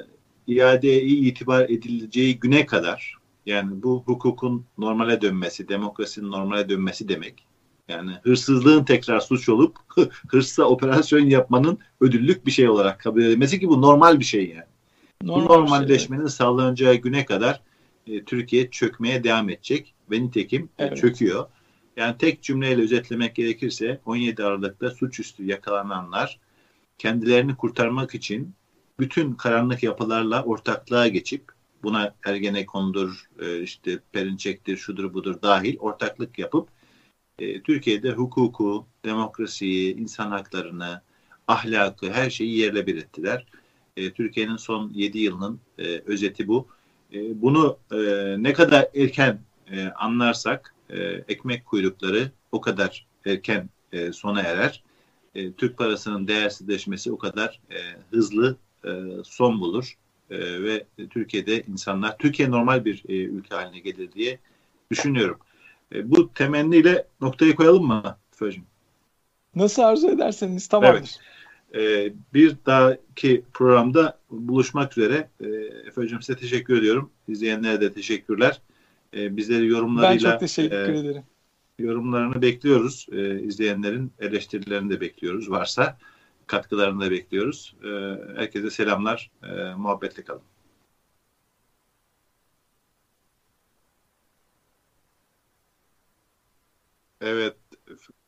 iadeye itibar edileceği güne kadar yani bu hukukun normale dönmesi, demokrasinin normale dönmesi demek. Yani hırsızlığın tekrar suç olup hırsla operasyon yapmanın ödüllük bir şey olarak kabul edilmesi ki bu normal bir şey yani. Normal bu normalleşmenin şey, evet. sağlanacağı güne kadar e, Türkiye çökmeye devam edecek ve nitekim evet. çöküyor. Yani tek cümleyle özetlemek gerekirse on yedi Aralık'ta suçüstü yakalananlar kendilerini kurtarmak için bütün karanlık yapılarla ortaklığa geçip buna Ergenekon'dur, işte Perinçek'tir, şudur budur dahil ortaklık yapıp e, Türkiye'de hukuku, demokrasiyi, insan haklarını, ahlakı, her şeyi yerle bir ettiler. E, Türkiye'nin son yedi yılının e, özeti bu. E, bunu e, ne kadar erken e, anlarsak e, ekmek kuyrukları o kadar erken e, sona erer. E, Türk parasının değersizleşmesi o kadar e, hızlı e, son bulur. E, ve Türkiye'de insanlar, Türkiye normal bir e, ülke haline gelir diye düşünüyorum. E, bu temenniyle noktayı koyalım mı Efe'cim? Nasıl arzu ederseniz Evet. tamamdır. E, bir dahaki programda buluşmak üzere. E, Efe'cim size teşekkür ediyorum. İzleyenlere de teşekkürler. E, bizleri Ben çok yorumlarıyla teşekkür e, ederim. yorumlarını bekliyoruz. E, izleyenlerin eleştirilerini de bekliyoruz. Varsa katkılarını da bekliyoruz. E, herkese selamlar. E, muhabbetle kalın. Evet.